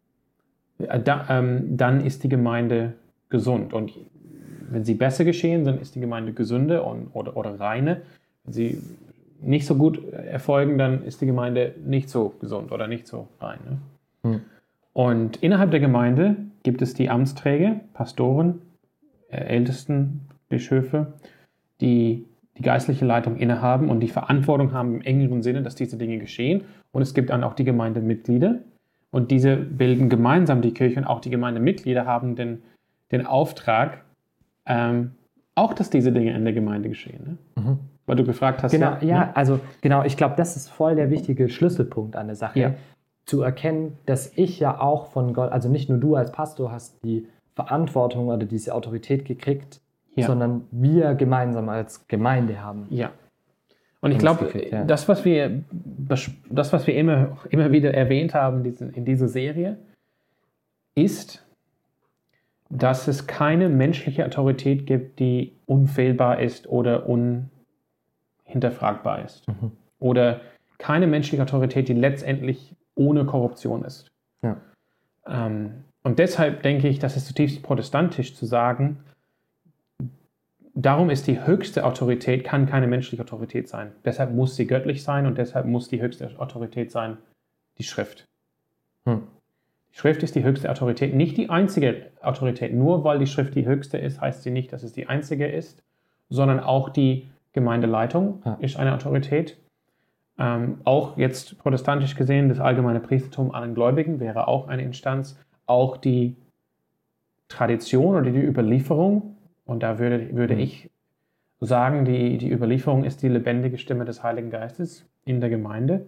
dann ist die Gemeinde gesund. Und wenn sie besser geschehen, dann ist die Gemeinde gesünder oder reine. Wenn sie nicht so gut erfolgen, dann ist die Gemeinde nicht so gesund oder nicht so rein. Ne? Und innerhalb der Gemeinde gibt es die Amtsträger, Pastoren, Ältesten, Bischöfe, die die geistliche Leitung innehaben und die Verantwortung haben im engeren Sinne, dass diese Dinge geschehen. Und es gibt dann auch die Gemeindemitglieder. Und diese bilden gemeinsam die Kirche und auch die Gemeindemitglieder haben den Auftrag, auch, dass diese Dinge in der Gemeinde geschehen. Ne? Weil du gefragt hast. Genau, ich glaube, das ist voll der wichtige Schlüsselpunkt an der Sache. Ja. Zu erkennen, dass ich ja auch von Gott, also nicht nur du als Pastor hast die Verantwortung oder diese Autorität gekriegt, Ja. sondern wir gemeinsam als Gemeinde haben. Ja. Und ich glaube, Ja. das, was wir immer wieder erwähnt haben in dieser Serie, ist, dass es keine menschliche Autorität gibt, die unfehlbar ist oder unhinterfragbar ist. Oder keine menschliche Autorität, die letztendlich ohne Korruption ist. Ja. Und deshalb denke ich, dass es zutiefst protestantisch zu sagen, darum ist die höchste Autorität, kann keine menschliche Autorität sein. Deshalb muss sie göttlich sein und deshalb muss die höchste Autorität sein, die Schrift. Die Schrift ist die höchste Autorität, nicht die einzige Autorität. Nur weil die Schrift die höchste ist, heißt sie nicht, dass es die einzige ist, sondern auch die Gemeindeleitung ist eine Autorität. Auch jetzt protestantisch gesehen, das allgemeine Priestertum allen Gläubigen wäre auch eine Instanz. Auch die Tradition oder die Überlieferung, und da würde ich sagen, die Überlieferung ist die lebendige Stimme des Heiligen Geistes in der Gemeinde.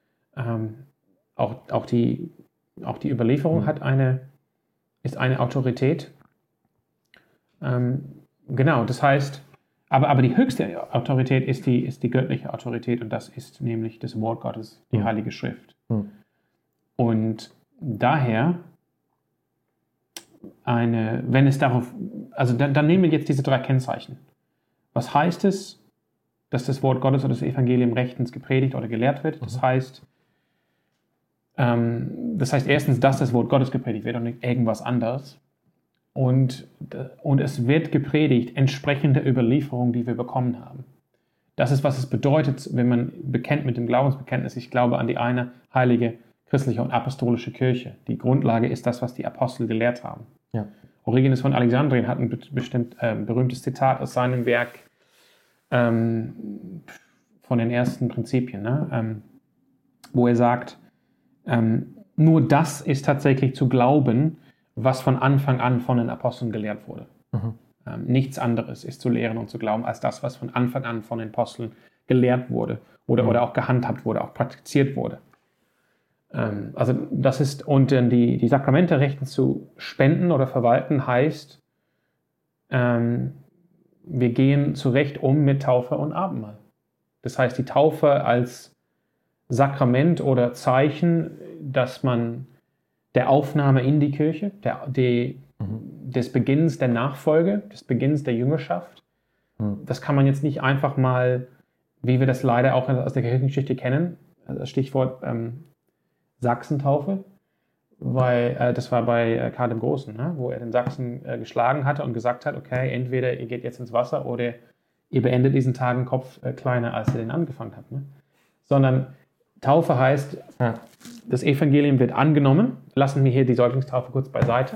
Auch die Überlieferung ist eine Autorität. Genau, das heißt, aber die höchste Autorität ist die göttliche Autorität und das ist nämlich das Wort Gottes, die Heilige Schrift. Und daher wenn es darauf, also dann nehmen wir jetzt diese 3 Kennzeichen. Was heißt es, dass das Wort Gottes oder das Evangelium rechtens gepredigt oder gelehrt wird? Das heißt erstens, dass das Wort Gottes gepredigt wird und nicht irgendwas anderes. Und es wird gepredigt entsprechend der Überlieferung, die wir bekommen haben. Das ist, was es bedeutet, wenn man bekennt mit dem Glaubensbekenntnis, ich glaube an die eine heilige christliche und apostolische Kirche. Die Grundlage ist das, was die Apostel gelehrt haben. Ja. Origenes von Alexandrien hat ein berühmtes Zitat aus seinem Werk von den ersten Prinzipien, wo er sagt, nur das ist tatsächlich zu glauben, was von Anfang an von den Aposteln gelehrt wurde. Nichts anderes ist zu lehren und zu glauben, als das, was von Anfang an von den Aposteln gelehrt wurde oder auch gehandhabt wurde, auch praktiziert wurde. Also das ist, und die Sakramente rechten zu spenden oder verwalten heißt, wir gehen zurecht mit Taufe und Abendmahl. Das heißt, die Taufe als Sakrament oder Zeichen, dass man der Aufnahme in die Kirche, des Beginns der Nachfolge, des Beginns der Jüngerschaft, das kann man jetzt nicht einfach mal, wie wir das leider auch aus der Kirchengeschichte kennen, das Stichwort Sachsentaufe, weil das war bei Karl dem Großen, wo er den Sachsen geschlagen hatte und gesagt hat, okay, entweder ihr geht jetzt ins Wasser oder ihr beendet diesen Tag einen Kopf kleiner, als ihr den angefangen habt. Sondern Taufe heißt, das Evangelium wird angenommen, lassen wir hier die Säuglingstaufe kurz beiseite.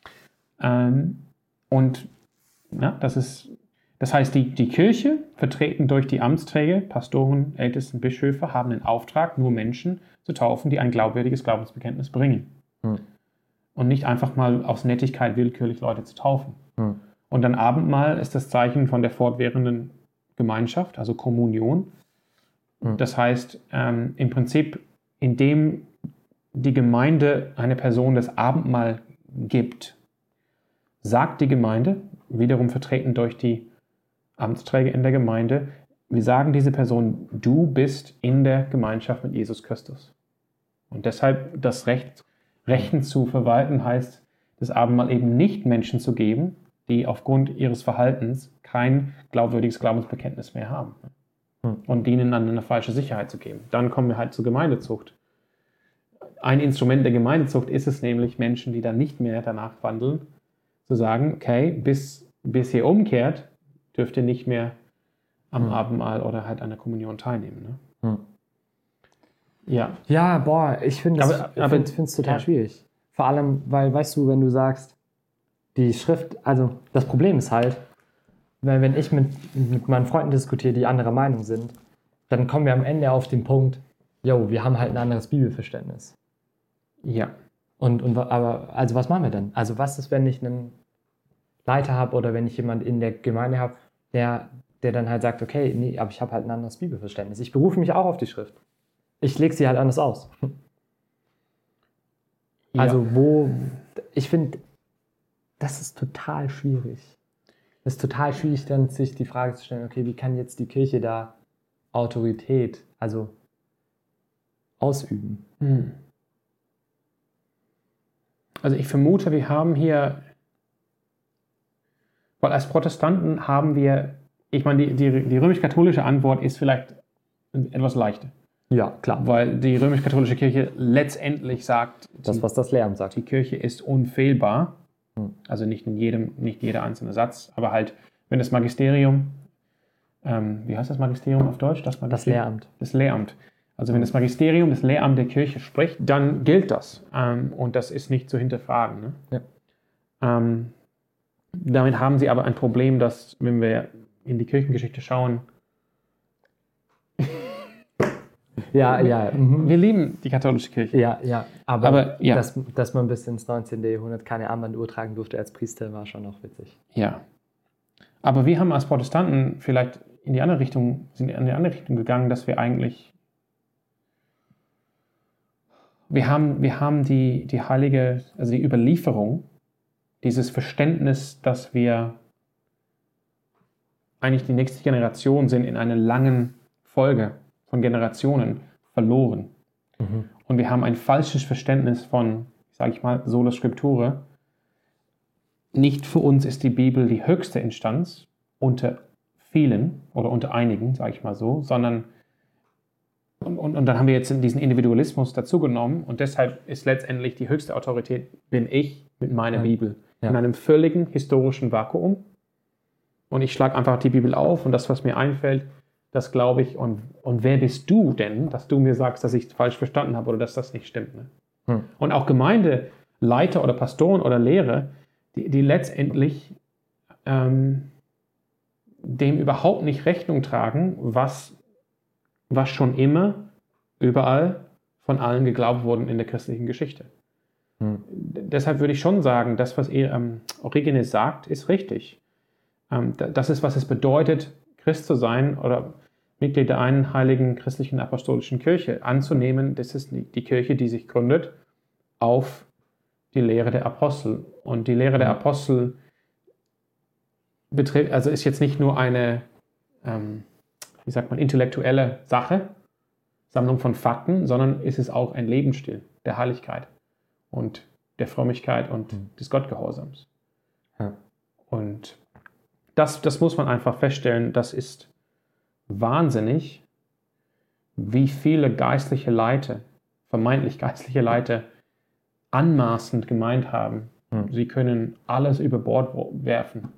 Das heißt, die Kirche, vertreten durch die Amtsträger, Pastoren, Ältesten, Bischöfe, haben den Auftrag, nur Menschen zu taufen, die ein glaubwürdiges Glaubensbekenntnis bringen. Und nicht einfach mal aus Nettigkeit willkürlich Leute zu taufen. Und dann Abendmahl ist das Zeichen von der fortwährenden Gemeinschaft, also Kommunion. Das heißt, im Prinzip, indem die Gemeinde eine Person das Abendmahl gibt, sagt die Gemeinde, wiederum vertreten durch die Amtsträger in der Gemeinde, wir sagen diese Person, du bist in der Gemeinschaft mit Jesus Christus. Und deshalb das Rechten zu verwalten heißt, das Abendmahl eben nicht Menschen zu geben, die aufgrund ihres Verhaltens kein glaubwürdiges Glaubensbekenntnis mehr haben. Und ihnen dann eine falsche Sicherheit zu geben. Dann kommen wir halt zur Gemeindezucht. Ein Instrument der Gemeindezucht ist es nämlich, Menschen, die dann nicht mehr danach wandeln, zu sagen, okay, bis ihr umkehrt, dürft ihr nicht mehr am Abendmahl oder halt an der Kommunion teilnehmen. Ja. Ja, boah, ich finde es total schwierig. Vor allem, weil, weißt du, wenn du sagst, die Schrift, also das Problem ist halt, wenn ich mit meinen Freunden diskutiere, die anderer Meinung sind, dann kommen wir am Ende auf den Punkt, wir haben halt ein anderes Bibelverständnis. Ja. Aber was machen wir dann? Also was ist, wenn ich einen Leiter habe oder wenn ich jemanden in der Gemeinde habe, der dann halt sagt, okay, nee, aber ich habe halt ein anderes Bibelverständnis. Ich berufe mich auch auf die Schrift. Ich lege sie halt anders aus. Ja. Also ich finde, das ist total schwierig. es ist total schwierig, dann sich die Frage zu stellen, okay, wie kann jetzt die Kirche da Autorität, also ausüben? Also ich vermute, wir haben hier, weil als Protestanten haben wir, ich meine, die römisch-katholische Antwort ist vielleicht etwas leichter. Ja, klar. Weil die römisch-katholische Kirche letztendlich sagt, Das, was das Lehramt sagt. die Kirche ist unfehlbar. Also nicht jeder einzelne Satz, aber halt, wenn das Magisterium, wie heißt das Magisterium auf Deutsch? Das Lehramt. Das Lehramt. Also wenn das Magisterium, das Lehramt der Kirche spricht, dann gilt das. Und das ist nicht zu hinterfragen. Ne? Ja. Damit haben sie aber ein Problem, dass, wenn wir in die Kirchengeschichte schauen, Ja. wir lieben die katholische Kirche. Ja. Aber ja. Dass man bis ins 19. Jahrhundert keine Armbanduhr tragen durfte als Priester, war schon noch witzig. Ja. Aber wir haben als Protestanten vielleicht sind in die andere Richtung gegangen, dass wir eigentlich wir haben die heilige, also die Überlieferung, dieses Verständnis, dass wir eigentlich die nächste Generation sind in einer langen Folge von Generationen verloren. Und wir haben ein falsches Verständnis von, sage ich mal, Sola Scriptura. Nicht für uns ist die Bibel die höchste Instanz unter vielen oder unter einigen, sage ich mal so, sondern und dann haben wir jetzt diesen Individualismus dazu genommen und deshalb ist letztendlich die höchste Autorität, bin ich mit meiner Bibel. Ja. In einem völligen historischen Vakuum. Und ich schlage einfach die Bibel auf und das, was mir einfällt, das glaube ich. Und wer bist du denn, dass du mir sagst, dass ich es falsch verstanden habe oder dass das nicht stimmt? Ne? Und auch Gemeindeleiter oder Pastoren oder Lehrer, die letztendlich dem überhaupt nicht Rechnung tragen, was schon immer, überall, von allen geglaubt wurde in der christlichen Geschichte. Deshalb würde ich schon sagen, das, was Origenes sagt, ist richtig. Das ist, was es bedeutet, Christ zu sein oder Mitglied der einen heiligen christlichen apostolischen Kirche anzunehmen. Das ist die Kirche, die sich gründet auf die Lehre der Apostel. Und die Lehre der Apostel betrifft, also ist jetzt nicht nur eine intellektuelle Sache, Sammlung von Fakten, sondern ist es auch ein Lebensstil der Heiligkeit und der Frömmigkeit und des Gottgehorsams. Ja. Und das muss man einfach feststellen, das ist wahnsinnig, wie viele geistliche Leiter, vermeintlich geistliche Leiter, anmaßend gemeint haben, sie können alles über Bord werfen,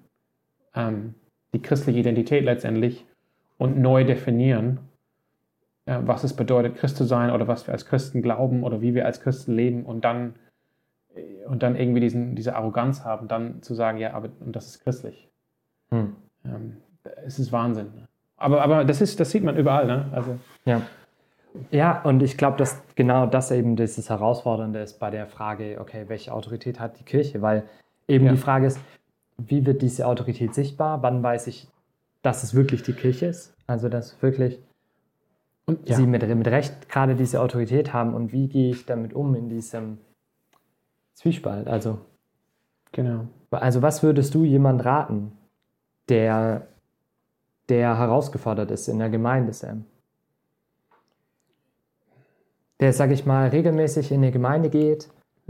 die christliche Identität letztendlich, und neu definieren, was es bedeutet, Christ zu sein oder was wir als Christen glauben oder wie wir als Christen leben und dann irgendwie diese Arroganz haben, dann zu sagen, ja, aber und das ist christlich. Es ist Wahnsinn. Aber das sieht man überall. Ne? Also, ja, und ich glaube, dass genau das eben dieses Herausfordernde ist bei der Frage, okay, welche Autorität hat die Kirche? Weil eben die Frage ist, wie wird diese Autorität sichtbar? Wann weiß ich, dass es wirklich die Kirche ist? Also, dass wirklich sie mit Recht gerade diese Autorität haben und wie gehe ich damit um in diesem Zwiespalt? Also, genau. Also, was würdest du jemand raten, der herausgefordert ist in der Gemeinde, Sam? Der, sage ich mal, regelmäßig in die Gemeinde geht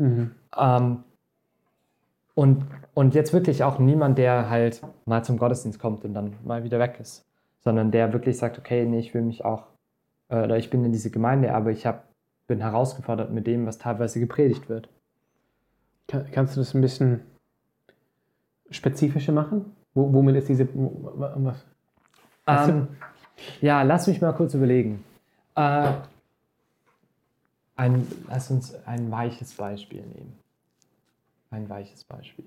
und jetzt wirklich auch niemand, der halt mal zum Gottesdienst kommt und dann mal wieder weg ist, sondern der wirklich sagt, okay, nee, ich will mich auch, oder ich bin in diese Gemeinde, aber bin herausgefordert mit dem, was teilweise gepredigt wird. Kannst du das ein bisschen spezifischer machen? Womit ist diese... Was? Ja, lass mich mal kurz überlegen. Lass uns ein weiches Beispiel nehmen. Ein weiches Beispiel.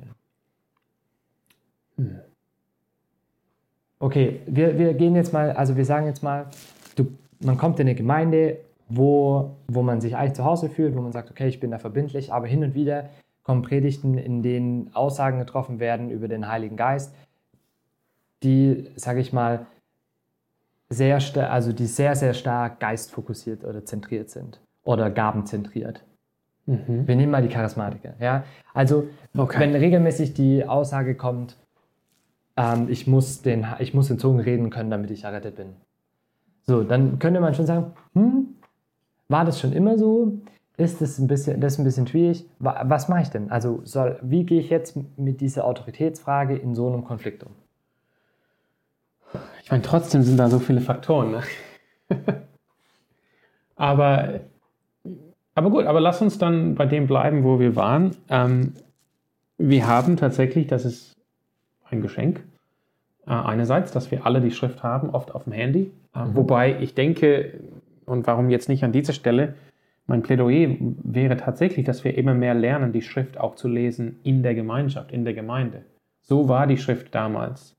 Okay, wir gehen jetzt mal, also wir sagen jetzt mal, man kommt in eine Gemeinde, wo man sich eigentlich zu Hause fühlt, wo man sagt, okay, ich bin da verbindlich, aber hin und wieder kommen Predigten, in denen Aussagen getroffen werden über den Heiligen Geist, die, sage ich mal, die sehr, sehr stark geistfokussiert oder zentriert sind oder gabenzentriert. Wir nehmen mal die Charismatiker. Ja? Also, wenn regelmäßig die Aussage kommt, ich muss in Zungen reden können, damit ich errettet bin. So, dann könnte man schon sagen, war das schon immer so? Ist das ein bisschen schwierig? Was mache ich denn? Also wie gehe ich jetzt mit dieser Autoritätsfrage in so einem Konflikt um? Ich meine, trotzdem sind da so viele Faktoren. Ne? aber gut, aber lass uns dann bei dem bleiben, wo wir waren. Wir haben tatsächlich, das ist ein Geschenk, einerseits, dass wir alle die Schrift haben, oft auf dem Handy. Wobei ich denke, und warum jetzt nicht an dieser Stelle, mein Plädoyer wäre tatsächlich, dass wir immer mehr lernen, die Schrift auch zu lesen in der Gemeinschaft, in der Gemeinde. So war die Schrift damals.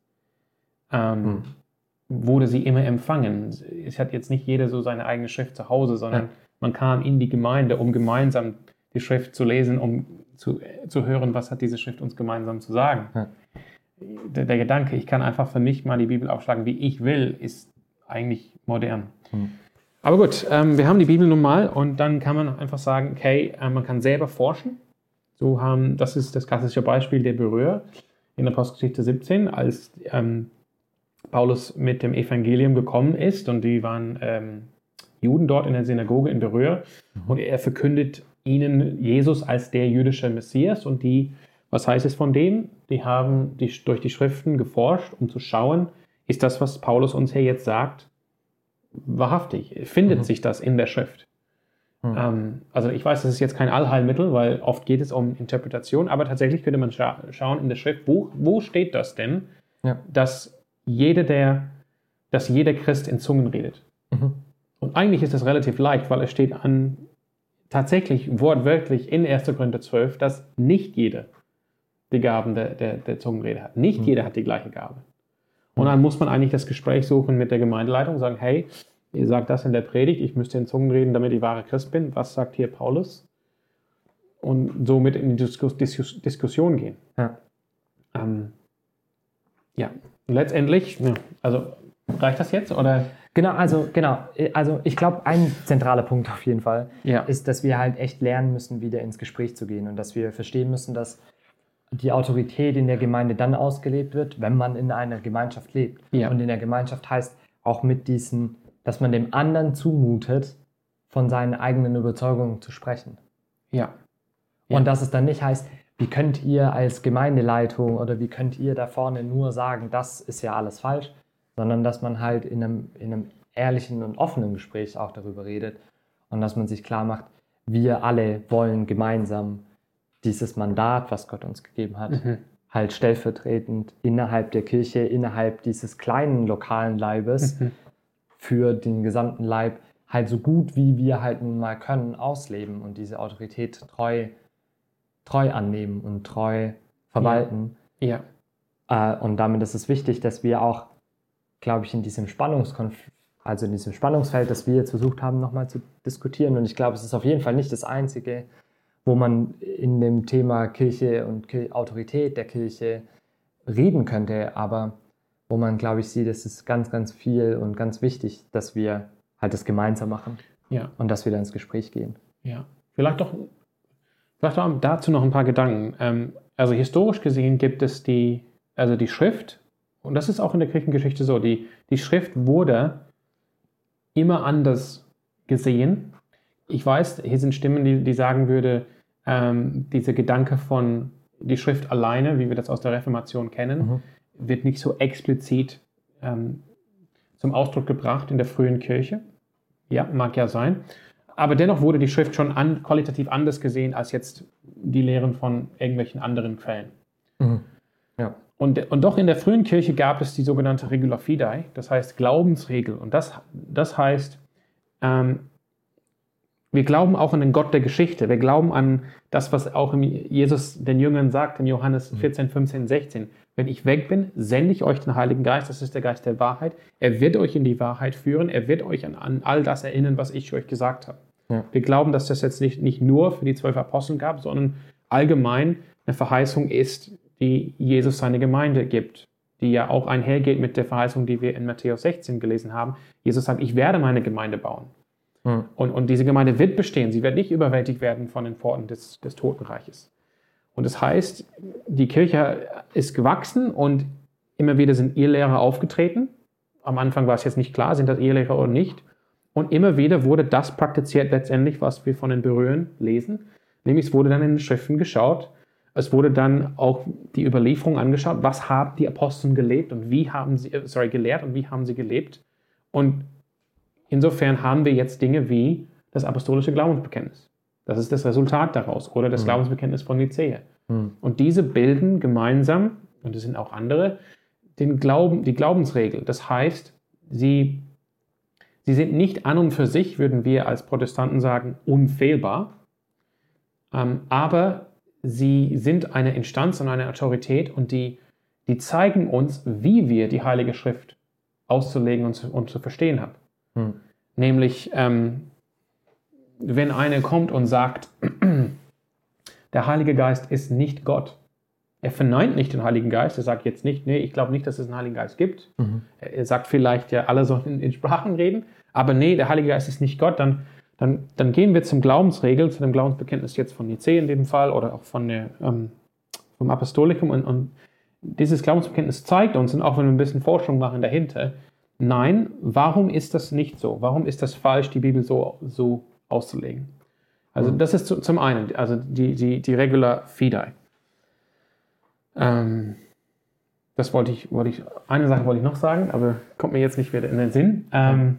Wurde sie immer empfangen. Es hat jetzt nicht jeder so seine eigene Schrift zu Hause, sondern man kam in die Gemeinde, um gemeinsam die Schrift zu lesen, um zu hören, was hat diese Schrift uns gemeinsam zu sagen. Ja. Der Gedanke, ich kann einfach für mich mal die Bibel aufschlagen, wie ich will, ist eigentlich modern. Aber gut, wir haben die Bibel nun mal und dann kann man einfach sagen, okay, man kann selber forschen. Das ist das klassische Beispiel der Berührer in Apostelgeschichte 17, als Paulus mit dem Evangelium gekommen ist und die waren Juden dort in der Synagoge in Berührer und er verkündet ihnen Jesus als der jüdische Messias und was heißt es von dem? Die haben durch die Schriften geforscht, um zu schauen, ist das, was Paulus uns hier jetzt sagt, wahrhaftig? Findet sich das in der Schrift? Also ich weiß, das ist jetzt kein Allheilmittel, weil oft geht es um Interpretation, aber tatsächlich könnte man schauen in der Schrift, wo steht das denn, dass jeder Christ in Zungen redet? Und eigentlich ist das relativ leicht, weil es steht tatsächlich wortwörtlich in 1. Korinther 12, dass nicht jeder die Gaben der Zungenrede hat. Nicht jeder hat die gleiche Gabe. Und dann muss man eigentlich das Gespräch suchen mit der Gemeindeleitung und sagen, hey, ihr sagt das in der Predigt, ich müsste in Zungen reden, damit ich wahre Christ bin. Was sagt hier Paulus? Und somit in die Diskussion gehen. Ja. Letztendlich, also reicht das jetzt? Oder? Genau. Also ich glaube, ein zentraler Punkt auf jeden Fall ist, dass wir halt echt lernen müssen, wieder ins Gespräch zu gehen und dass wir verstehen müssen, dass die Autorität in der Gemeinde dann ausgelebt wird, wenn man in einer Gemeinschaft lebt. Ja. Und in der Gemeinschaft heißt auch dass man dem anderen zumutet, von seinen eigenen Überzeugungen zu sprechen. Ja. Und dass es dann nicht heißt, wie könnt ihr als Gemeindeleitung oder wie könnt ihr da vorne nur sagen, das ist ja alles falsch, sondern dass man halt in einem ehrlichen und offenen Gespräch auch darüber redet und dass man sich klar macht, wir alle wollen gemeinsam dieses Mandat, was Gott uns gegeben hat, halt stellvertretend innerhalb der Kirche, innerhalb dieses kleinen lokalen Leibes für den gesamten Leib halt so gut, wie wir halt nun mal können, ausleben und diese Autorität treu annehmen und treu verwalten. Ja. Und damit ist es wichtig, dass wir auch, glaube ich, in diesem Spannungsfeld, das wir jetzt versucht haben, nochmal zu diskutieren. Und ich glaube, es ist auf jeden Fall nicht das Einzige, wo man in dem Thema Kirche und Autorität der Kirche reden könnte, aber wo man, glaube ich, sieht, es ist ganz, ganz viel und ganz wichtig, dass wir halt das gemeinsam machen und dass wir da ins Gespräch gehen. Ja, vielleicht auch dazu noch ein paar Gedanken. Also historisch gesehen gibt es die Schrift, und das ist auch in der Kirchengeschichte so, die Schrift wurde immer anders gesehen. Ich weiß, hier sind Stimmen, die sagen würde, dieser Gedanke von die Schrift alleine, wie wir das aus der Reformation kennen, wird nicht so explizit zum Ausdruck gebracht in der frühen Kirche. Ja, mag ja sein. Aber dennoch wurde die Schrift schon qualitativ anders gesehen als jetzt die Lehren von irgendwelchen anderen Quellen. Ja. Und doch in der frühen Kirche gab es die sogenannte Regula Fidei, das heißt Glaubensregel. Und das heißt, wir glauben auch an den Gott der Geschichte. Wir glauben an das, was auch Jesus den Jüngern sagt, in Johannes 14, 15, 16. Wenn ich weg bin, sende ich euch den Heiligen Geist, das ist der Geist der Wahrheit. Er wird euch in die Wahrheit führen, er wird euch an all das erinnern, was ich euch gesagt habe. Ja. Wir glauben, dass das jetzt nicht nur für die 12 Apostel gab, sondern allgemein eine Verheißung ist, die Jesus seine Gemeinde gibt, die ja auch einhergeht mit der Verheißung, die wir in Matthäus 16 gelesen haben. Jesus sagt, ich werde meine Gemeinde bauen. Und diese Gemeinde wird bestehen. Sie wird nicht überwältigt werden von den Pforten des Totenreiches. Und das heißt, die Kirche ist gewachsen und immer wieder sind Irrlehrer aufgetreten. Am Anfang war es jetzt nicht klar, sind das Irrlehrer oder nicht. Und immer wieder wurde das praktiziert letztendlich, was wir von den Berühren lesen. Nämlich es wurde dann in den Schriften geschaut. Es wurde dann auch die Überlieferung angeschaut. Was haben die Apostel gelebt und wie haben sie, gelehrt und wie haben sie gelebt? Und insofern haben wir jetzt Dinge wie das apostolische Glaubensbekenntnis. Das ist das Resultat daraus. Oder das Glaubensbekenntnis von Nicäa. Und diese bilden gemeinsam, und es sind auch andere, die Glaubensregel. Das heißt, sie sind nicht an und für sich, würden wir als Protestanten sagen, unfehlbar, aber sie sind eine Instanz und eine Autorität und die zeigen uns, wie wir die Heilige Schrift auszulegen und zu verstehen haben. Nämlich, wenn einer kommt und sagt, der Heilige Geist ist nicht Gott. Er verneint nicht den Heiligen Geist. Er sagt jetzt nicht, nee, ich glaube nicht, dass es einen Heiligen Geist gibt. Er sagt vielleicht, ja, alle sollen in Sprachen reden. Aber nee, der Heilige Geist ist nicht Gott. Dann gehen wir zum Glaubensregel, zu dem Glaubensbekenntnis jetzt von Nicäa in dem Fall oder auch vom Apostolikum. Und dieses Glaubensbekenntnis zeigt uns, und auch wenn wir ein bisschen Forschung machen dahinter, nein, warum ist das nicht so? Warum ist das falsch, die Bibel so auszulegen? Also das ist zum einen, also die Regula Fidei. Eine Sache wollte ich noch sagen, aber kommt mir jetzt nicht wieder in den Sinn.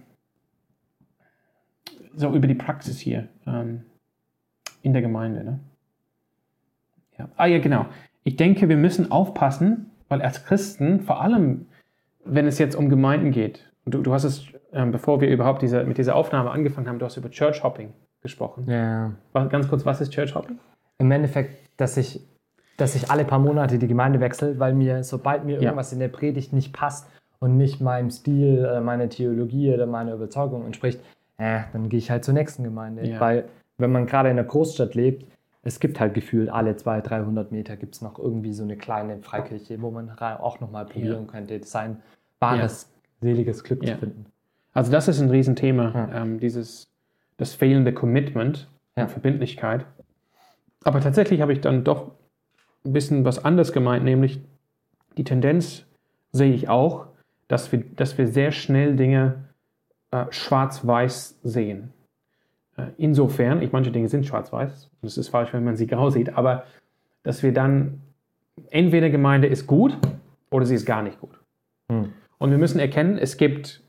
So über die Praxis hier in der Gemeinde. Ne? Ja. Ja, genau. Ich denke, wir müssen aufpassen, weil als Christen, vor allem, wenn es jetzt um Gemeinden geht, du hast es, bevor wir überhaupt mit dieser Aufnahme angefangen haben, du hast über Church Hopping gesprochen. Ja. Ganz kurz, was ist Church Hopping? Im Endeffekt, dass ich alle paar Monate die Gemeinde wechsle, weil sobald mir irgendwas in der Predigt nicht passt und nicht meinem Stil, meiner Theologie oder meiner Überzeugung entspricht, dann gehe ich halt zur nächsten Gemeinde. Ja. Weil, wenn man gerade in einer Großstadt lebt, es gibt halt gefühlt alle 200-300 Meter gibt es noch irgendwie so eine kleine Freikirche, wo man auch nochmal probieren könnte, sein wahres, seliges Glück zu finden. Also das ist ein Riesenthema, das fehlende Commitment und Verbindlichkeit. Aber tatsächlich habe ich dann doch ein bisschen was anderes gemeint, nämlich die Tendenz sehe ich auch, dass wir sehr schnell Dinge schwarz-weiß sehen. Insofern, manche Dinge sind schwarz-weiß, das ist falsch, wenn man sie grau sieht, aber dass wir dann, entweder Gemeinde ist gut oder sie ist gar nicht gut. Und wir müssen erkennen, es gibt,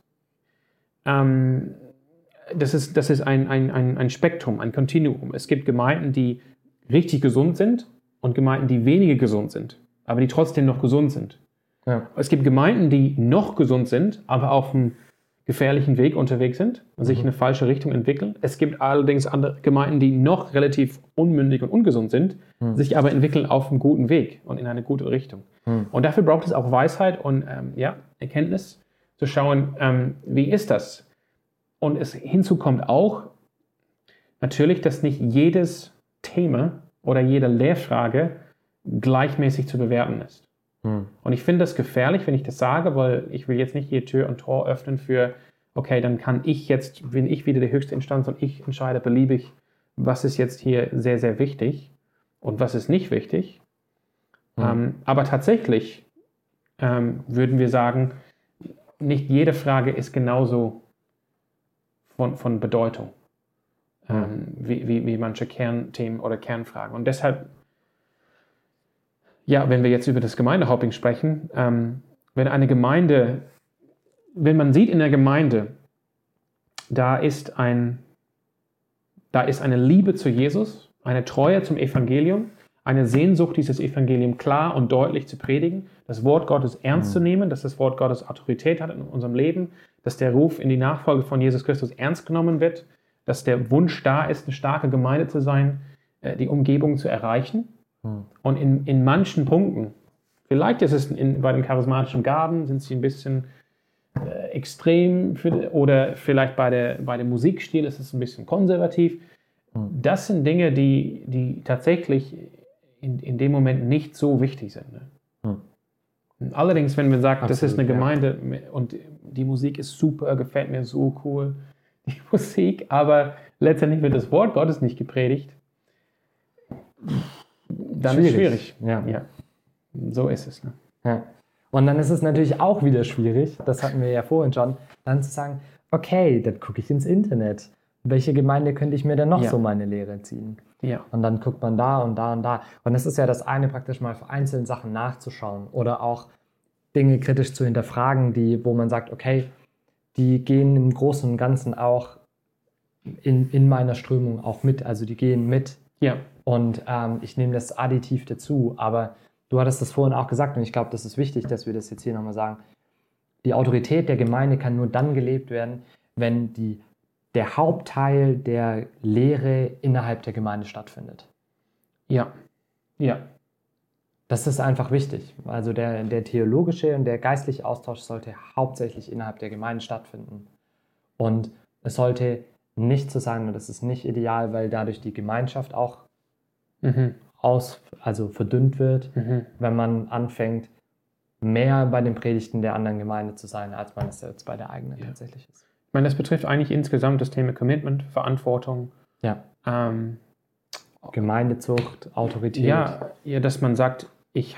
das ist ein Spektrum, ein Kontinuum. Es gibt Gemeinden, die richtig gesund sind und Gemeinden, die weniger gesund sind, aber die trotzdem noch gesund sind. Ja. Es gibt Gemeinden, die noch gesund sind, aber auf einem gefährlichen Weg unterwegs sind und sich in eine falsche Richtung entwickeln. Es gibt allerdings andere Gemeinden, die noch relativ unmündig und ungesund sind, sich aber entwickeln auf einem guten Weg und in eine gute Richtung. Und dafür braucht es auch Weisheit und Erkenntnis, zu schauen, wie ist das? Und hinzu kommt auch natürlich, dass nicht jedes Thema oder jede Lehrfrage gleichmäßig zu bewerten ist. Und ich finde das gefährlich, wenn ich das sage, weil ich will jetzt nicht hier Tür und Tor öffnen für, okay, dann bin ich wieder die höchste Instanz und ich entscheide beliebig, was ist jetzt hier sehr, sehr wichtig und was ist nicht wichtig. Aber tatsächlich würden wir sagen, nicht jede Frage ist genauso von Bedeutung wie manche Kernthemen oder Kernfragen. Und deshalb, wenn wir jetzt über das Gemeindehopping sprechen, wenn man sieht in der Gemeinde, da ist eine Liebe zu Jesus, eine Treue zum Evangelium, eine Sehnsucht, dieses Evangelium klar und deutlich zu predigen, das Wort Gottes ernst zu nehmen, dass das Wort Gottes Autorität hat in unserem Leben, dass der Ruf in die Nachfolge von Jesus Christus ernst genommen wird, dass der Wunsch da ist, eine starke Gemeinde zu sein, die Umgebung zu erreichen. Und in manchen Punkten, vielleicht ist es bei den charismatischen Gaben, sind sie ein bisschen extrem oder vielleicht bei der Musikstil ist es ein bisschen konservativ. Das sind Dinge, die tatsächlich in dem Moment nicht so wichtig sind. Ne? Allerdings, wenn man sagt, das ist eine Gemeinde und die Musik ist super, gefällt mir so cool, die Musik, aber letztendlich wird das Wort Gottes nicht gepredigt, dann ist es schwierig. Ja. So ist es. Ne? Ja. Und dann ist es natürlich auch wieder schwierig, das hatten wir ja vorhin schon, dann zu sagen, okay, dann gucke ich ins Internet. Welche Gemeinde könnte ich mir denn noch so meine Lehre ziehen? Ja. Und dann guckt man da und da und da. Und es ist ja das eine, praktisch mal für einzelne Sachen nachzuschauen oder auch Dinge kritisch zu hinterfragen, wo man sagt, okay, die gehen im Großen und Ganzen auch in meiner Strömung auch mit. Also die gehen mit. Ja. Und ich nehme das additiv dazu. Aber du hattest das vorhin auch gesagt und ich glaube, das ist wichtig, dass wir das jetzt hier nochmal sagen. Die Autorität der Gemeinde kann nur dann gelebt werden, wenn der Hauptteil der Lehre innerhalb der Gemeinde stattfindet. Ja. Ja. Das ist einfach wichtig. Also der theologische und der geistliche Austausch sollte hauptsächlich innerhalb der Gemeinde stattfinden. Und es sollte nicht so sein, und das ist nicht ideal, weil dadurch die Gemeinschaft auch verdünnt wird, wenn man anfängt, mehr bei den Predigten der anderen Gemeinde zu sein, als man es jetzt bei der eigenen tatsächlich ist. Ich meine, das betrifft eigentlich insgesamt das Thema Commitment, Verantwortung. Ja. Gemeindezucht, Autorität. Ja, dass man sagt, ich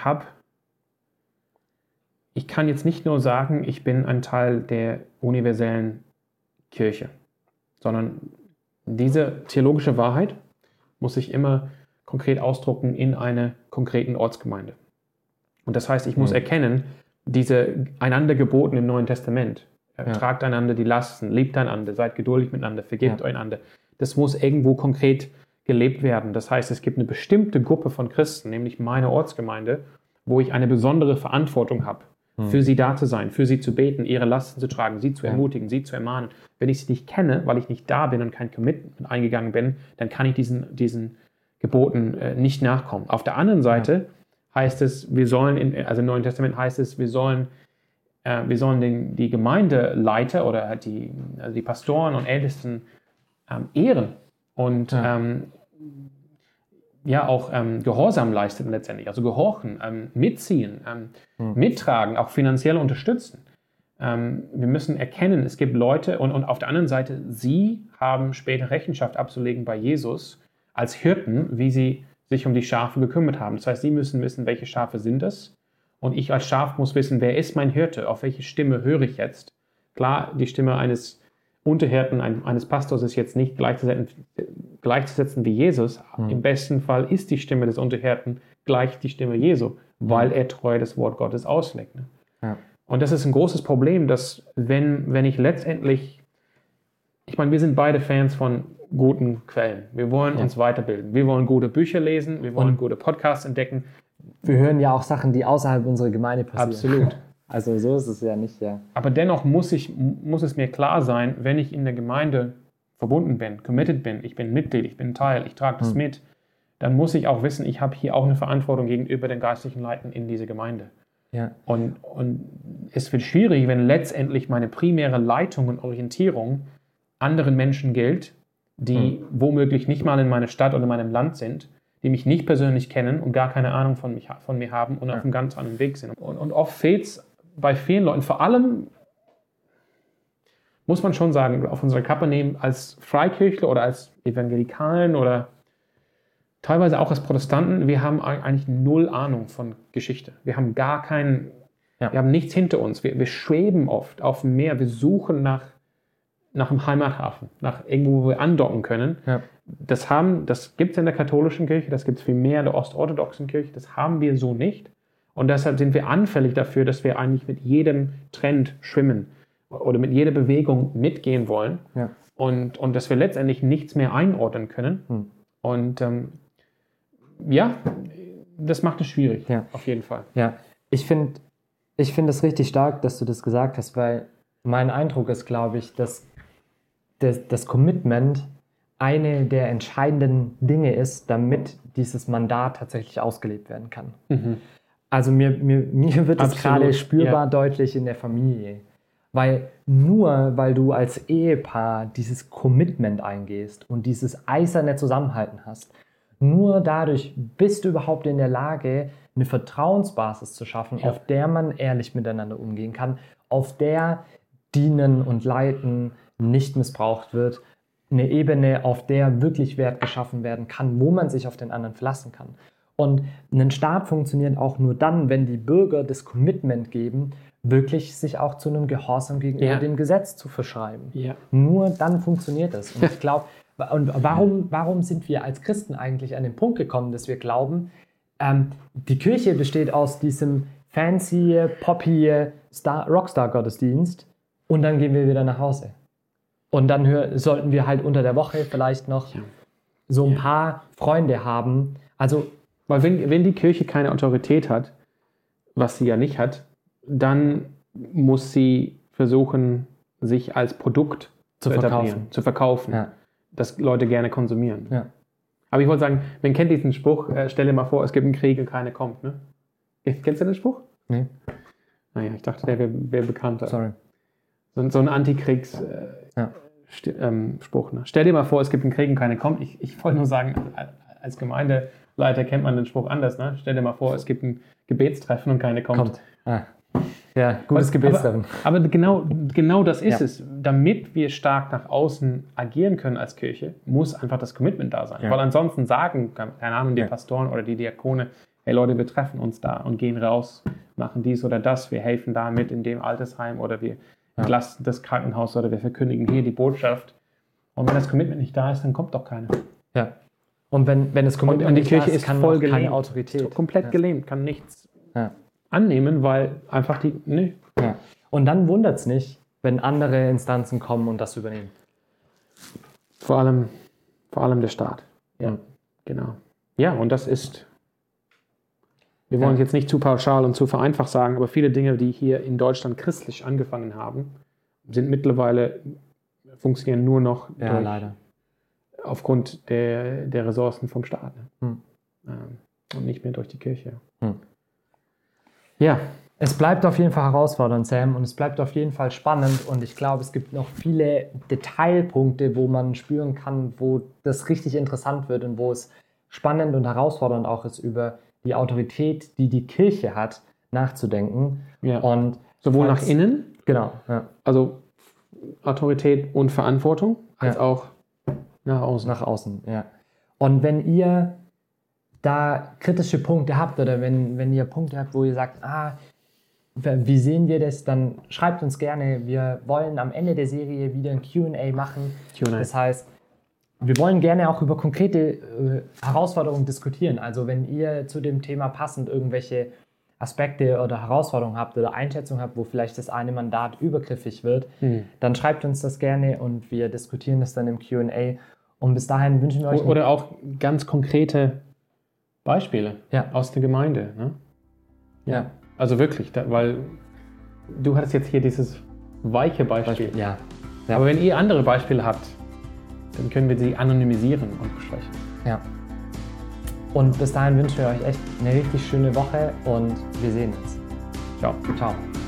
kann jetzt nicht nur sagen, ich bin ein Teil der universellen Kirche, sondern diese theologische Wahrheit muss sich immer konkret ausdrucken in einer konkreten Ortsgemeinde. Und das heißt, ich muss erkennen, diese einander geboten im Neuen Testament, tragt einander die Lasten, liebt einander, seid geduldig miteinander, vergebt einander. Das muss irgendwo konkret gelebt werden. Das heißt, es gibt eine bestimmte Gruppe von Christen, nämlich meine Ortsgemeinde, wo ich eine besondere Verantwortung habe, für sie da zu sein, für sie zu beten, ihre Lasten zu tragen, sie zu ermutigen, sie zu ermahnen. Wenn ich sie nicht kenne, weil ich nicht da bin und kein Commitment eingegangen bin, dann kann ich diesen Geboten nicht nachkommen. Auf der anderen Seite heißt es, wir sollen, im Neuen Testament heißt es, wir sollen die Gemeindeleiter oder halt die Pastoren und Ältesten ehren und auch Gehorsam leisten letztendlich, also gehorchen, mitziehen, mittragen, auch finanziell unterstützen. Wir müssen erkennen, es gibt Leute und auf der anderen Seite, sie haben später Rechenschaft abzulegen bei Jesus als Hirten, wie sie sich um die Schafe gekümmert haben. Das heißt, sie müssen wissen, welche Schafe sind es. Und ich als Schaf muss wissen, wer ist mein Hirte, auf welche Stimme höre ich jetzt. Klar, die Stimme eines Unterhirten, eines Pastors ist jetzt nicht gleichzusetzen wie Jesus. Im besten Fall ist die Stimme des Unterhirten gleich die Stimme Jesu, weil er treu das Wort Gottes auslegt. Ne? Ja. Und das ist ein großes Problem, dass wenn ich letztendlich, ich meine, wir sind beide Fans von guten Quellen. Wir wollen uns weiterbilden. Wir wollen gute Bücher lesen. Wir wollen gute Podcasts entdecken. Wir hören ja auch Sachen, die außerhalb unserer Gemeinde passieren. Absolut. Also so ist es ja nicht, ja. Aber dennoch muss es mir klar sein, wenn ich in der Gemeinde verbunden bin, committed bin, ich bin Mitglied, ich bin Teil, ich trage das mit, dann muss ich auch wissen, ich habe hier auch eine Verantwortung gegenüber den geistlichen Leuten in dieser Gemeinde. Ja. Und es wird schwierig, wenn letztendlich meine primäre Leitung und Orientierung anderen Menschen gilt, die womöglich nicht mal in meiner Stadt oder in meinem Land sind, die mich nicht persönlich kennen und gar keine Ahnung von mir haben und auf einem ganz anderen Weg sind. Und oft fehlt es bei vielen Leuten, vor allem muss man schon sagen, auf unsere Kappe nehmen, als Freikirchler oder als Evangelikalen oder teilweise auch als Protestanten, wir haben eigentlich null Ahnung von Geschichte. Wir haben gar keinen, wir haben nichts hinter uns. Wir schweben oft auf dem Meer, wir suchen nach einem Heimathafen, nach irgendwo, wo wir andocken können. Ja. Das gibt es in der katholischen Kirche, das gibt es viel mehr in der ostorthodoxen Kirche, das haben wir so nicht. Und deshalb sind wir anfällig dafür, dass wir eigentlich mit jedem Trend schwimmen oder mit jeder Bewegung mitgehen wollen und dass wir letztendlich nichts mehr einordnen können. Und das macht es schwierig, auf jeden Fall. Ja, ich finde es richtig stark, dass du das gesagt hast, weil mein Eindruck ist, glaube ich, dass das Commitment eine der entscheidenden Dinge ist, damit dieses Mandat tatsächlich ausgelebt werden kann. Also mir wird es gerade spürbar deutlich in der Familie. Weil du als Ehepaar dieses Commitment eingehst und dieses eiserne Zusammenhalten hast, nur dadurch bist du überhaupt in der Lage, eine Vertrauensbasis zu schaffen, auf der man ehrlich miteinander umgehen kann, auf der Dienen und Leiten nicht missbraucht wird, eine Ebene, auf der wirklich Wert geschaffen werden kann, wo man sich auf den anderen verlassen kann. Und ein Staat funktioniert auch nur dann, wenn die Bürger das Commitment geben, wirklich sich auch zu einem Gehorsam gegenüber dem Gesetz zu verschreiben. Ja. Nur dann funktioniert das. Und ich glaube, warum sind wir als Christen eigentlich an den Punkt gekommen, dass wir glauben, die Kirche besteht aus diesem fancy, poppy Rockstar-Gottesdienst und dann gehen wir wieder nach Hause. Und dann sollten wir halt unter der Woche vielleicht noch so ein paar Freunde haben. Also, weil wenn die Kirche keine Autorität hat, was sie ja nicht hat, dann muss sie versuchen, sich als Produkt zu verkaufen, das Leute gerne konsumieren. Ja. Aber ich wollte sagen, man kennt diesen Spruch, stell dir mal vor, es gibt einen Krieg und keiner kommt. Ne? Kennst du den Spruch? Nee. Naja, ich dachte, der wäre bekannter. Sorry. So ein Antikriegs-Spruch. Ne? Stell dir mal vor, es gibt einen Krieg und keiner kommt. Ich wollte nur sagen, als Gemeindeleiter kennt man den Spruch anders. Ne? Stell dir mal vor, es gibt ein Gebetstreffen und keiner kommt. Ja, gutes Gebetstreffen. Aber genau das ist es. Damit wir stark nach außen agieren können als Kirche, muss einfach das Commitment da sein. Ja. Weil ansonsten sagen, keine Ahnung, die Pastoren oder die Diakone, hey Leute, wir treffen uns da und gehen raus, machen dies oder das, wir helfen da mit in dem Altersheim oder wir entlasten das Krankenhaus oder wir verkündigen hier die Botschaft. Und wenn das Commitment nicht da ist, dann kommt doch keiner. Ja. Und wenn das Commitment nicht da ist, kann voll keine gelähmt. Autorität. Komplett gelähmt, kann nichts annehmen, weil einfach Ja. Und dann wundert es nicht, wenn andere Instanzen kommen und das übernehmen. Vor allem der Staat. Ja, genau. Ja, und das ist, wir wollen jetzt nicht zu pauschal und zu vereinfacht sagen, aber viele Dinge, die hier in Deutschland christlich angefangen haben, sind mittlerweile, funktionieren nur noch leider. Aufgrund der Ressourcen vom Staat. Und nicht mehr durch die Kirche. Ja. Es bleibt auf jeden Fall herausfordernd, Sam, und es bleibt auf jeden Fall spannend und ich glaube, es gibt noch viele Detailpunkte, wo man spüren kann, wo das richtig interessant wird und wo es spannend und herausfordernd auch ist, über die Autorität, die die Kirche hat, nachzudenken. Ja. Und sowohl nach innen, genau, also Autorität und Verantwortung, als auch nach außen. Nach außen, ja. Und wenn ihr da kritische Punkte habt oder wenn ihr Punkte habt, wo ihr sagt, wie sehen wir das, dann schreibt uns gerne. Wir wollen am Ende der Serie wieder ein Q&A machen. Das heißt, wir wollen gerne auch über konkrete Herausforderungen diskutieren. Also wenn ihr zu dem Thema passend irgendwelche Aspekte oder Herausforderungen habt oder Einschätzungen habt, wo vielleicht das eine Mandat übergriffig wird, dann schreibt uns das gerne und wir diskutieren das dann im Q&A. Und bis dahin wünschen wir euch... Oder auch ganz konkrete Beispiele aus der Gemeinde. Ne? Ja. Also wirklich, weil du hattest jetzt hier dieses weiche Beispiel. Ja. Aber wenn ihr andere Beispiele habt, dann können wir sie anonymisieren und besprechen. Ja. Und bis dahin wünschen wir euch echt eine richtig schöne Woche und wir sehen uns. Ciao. Ciao.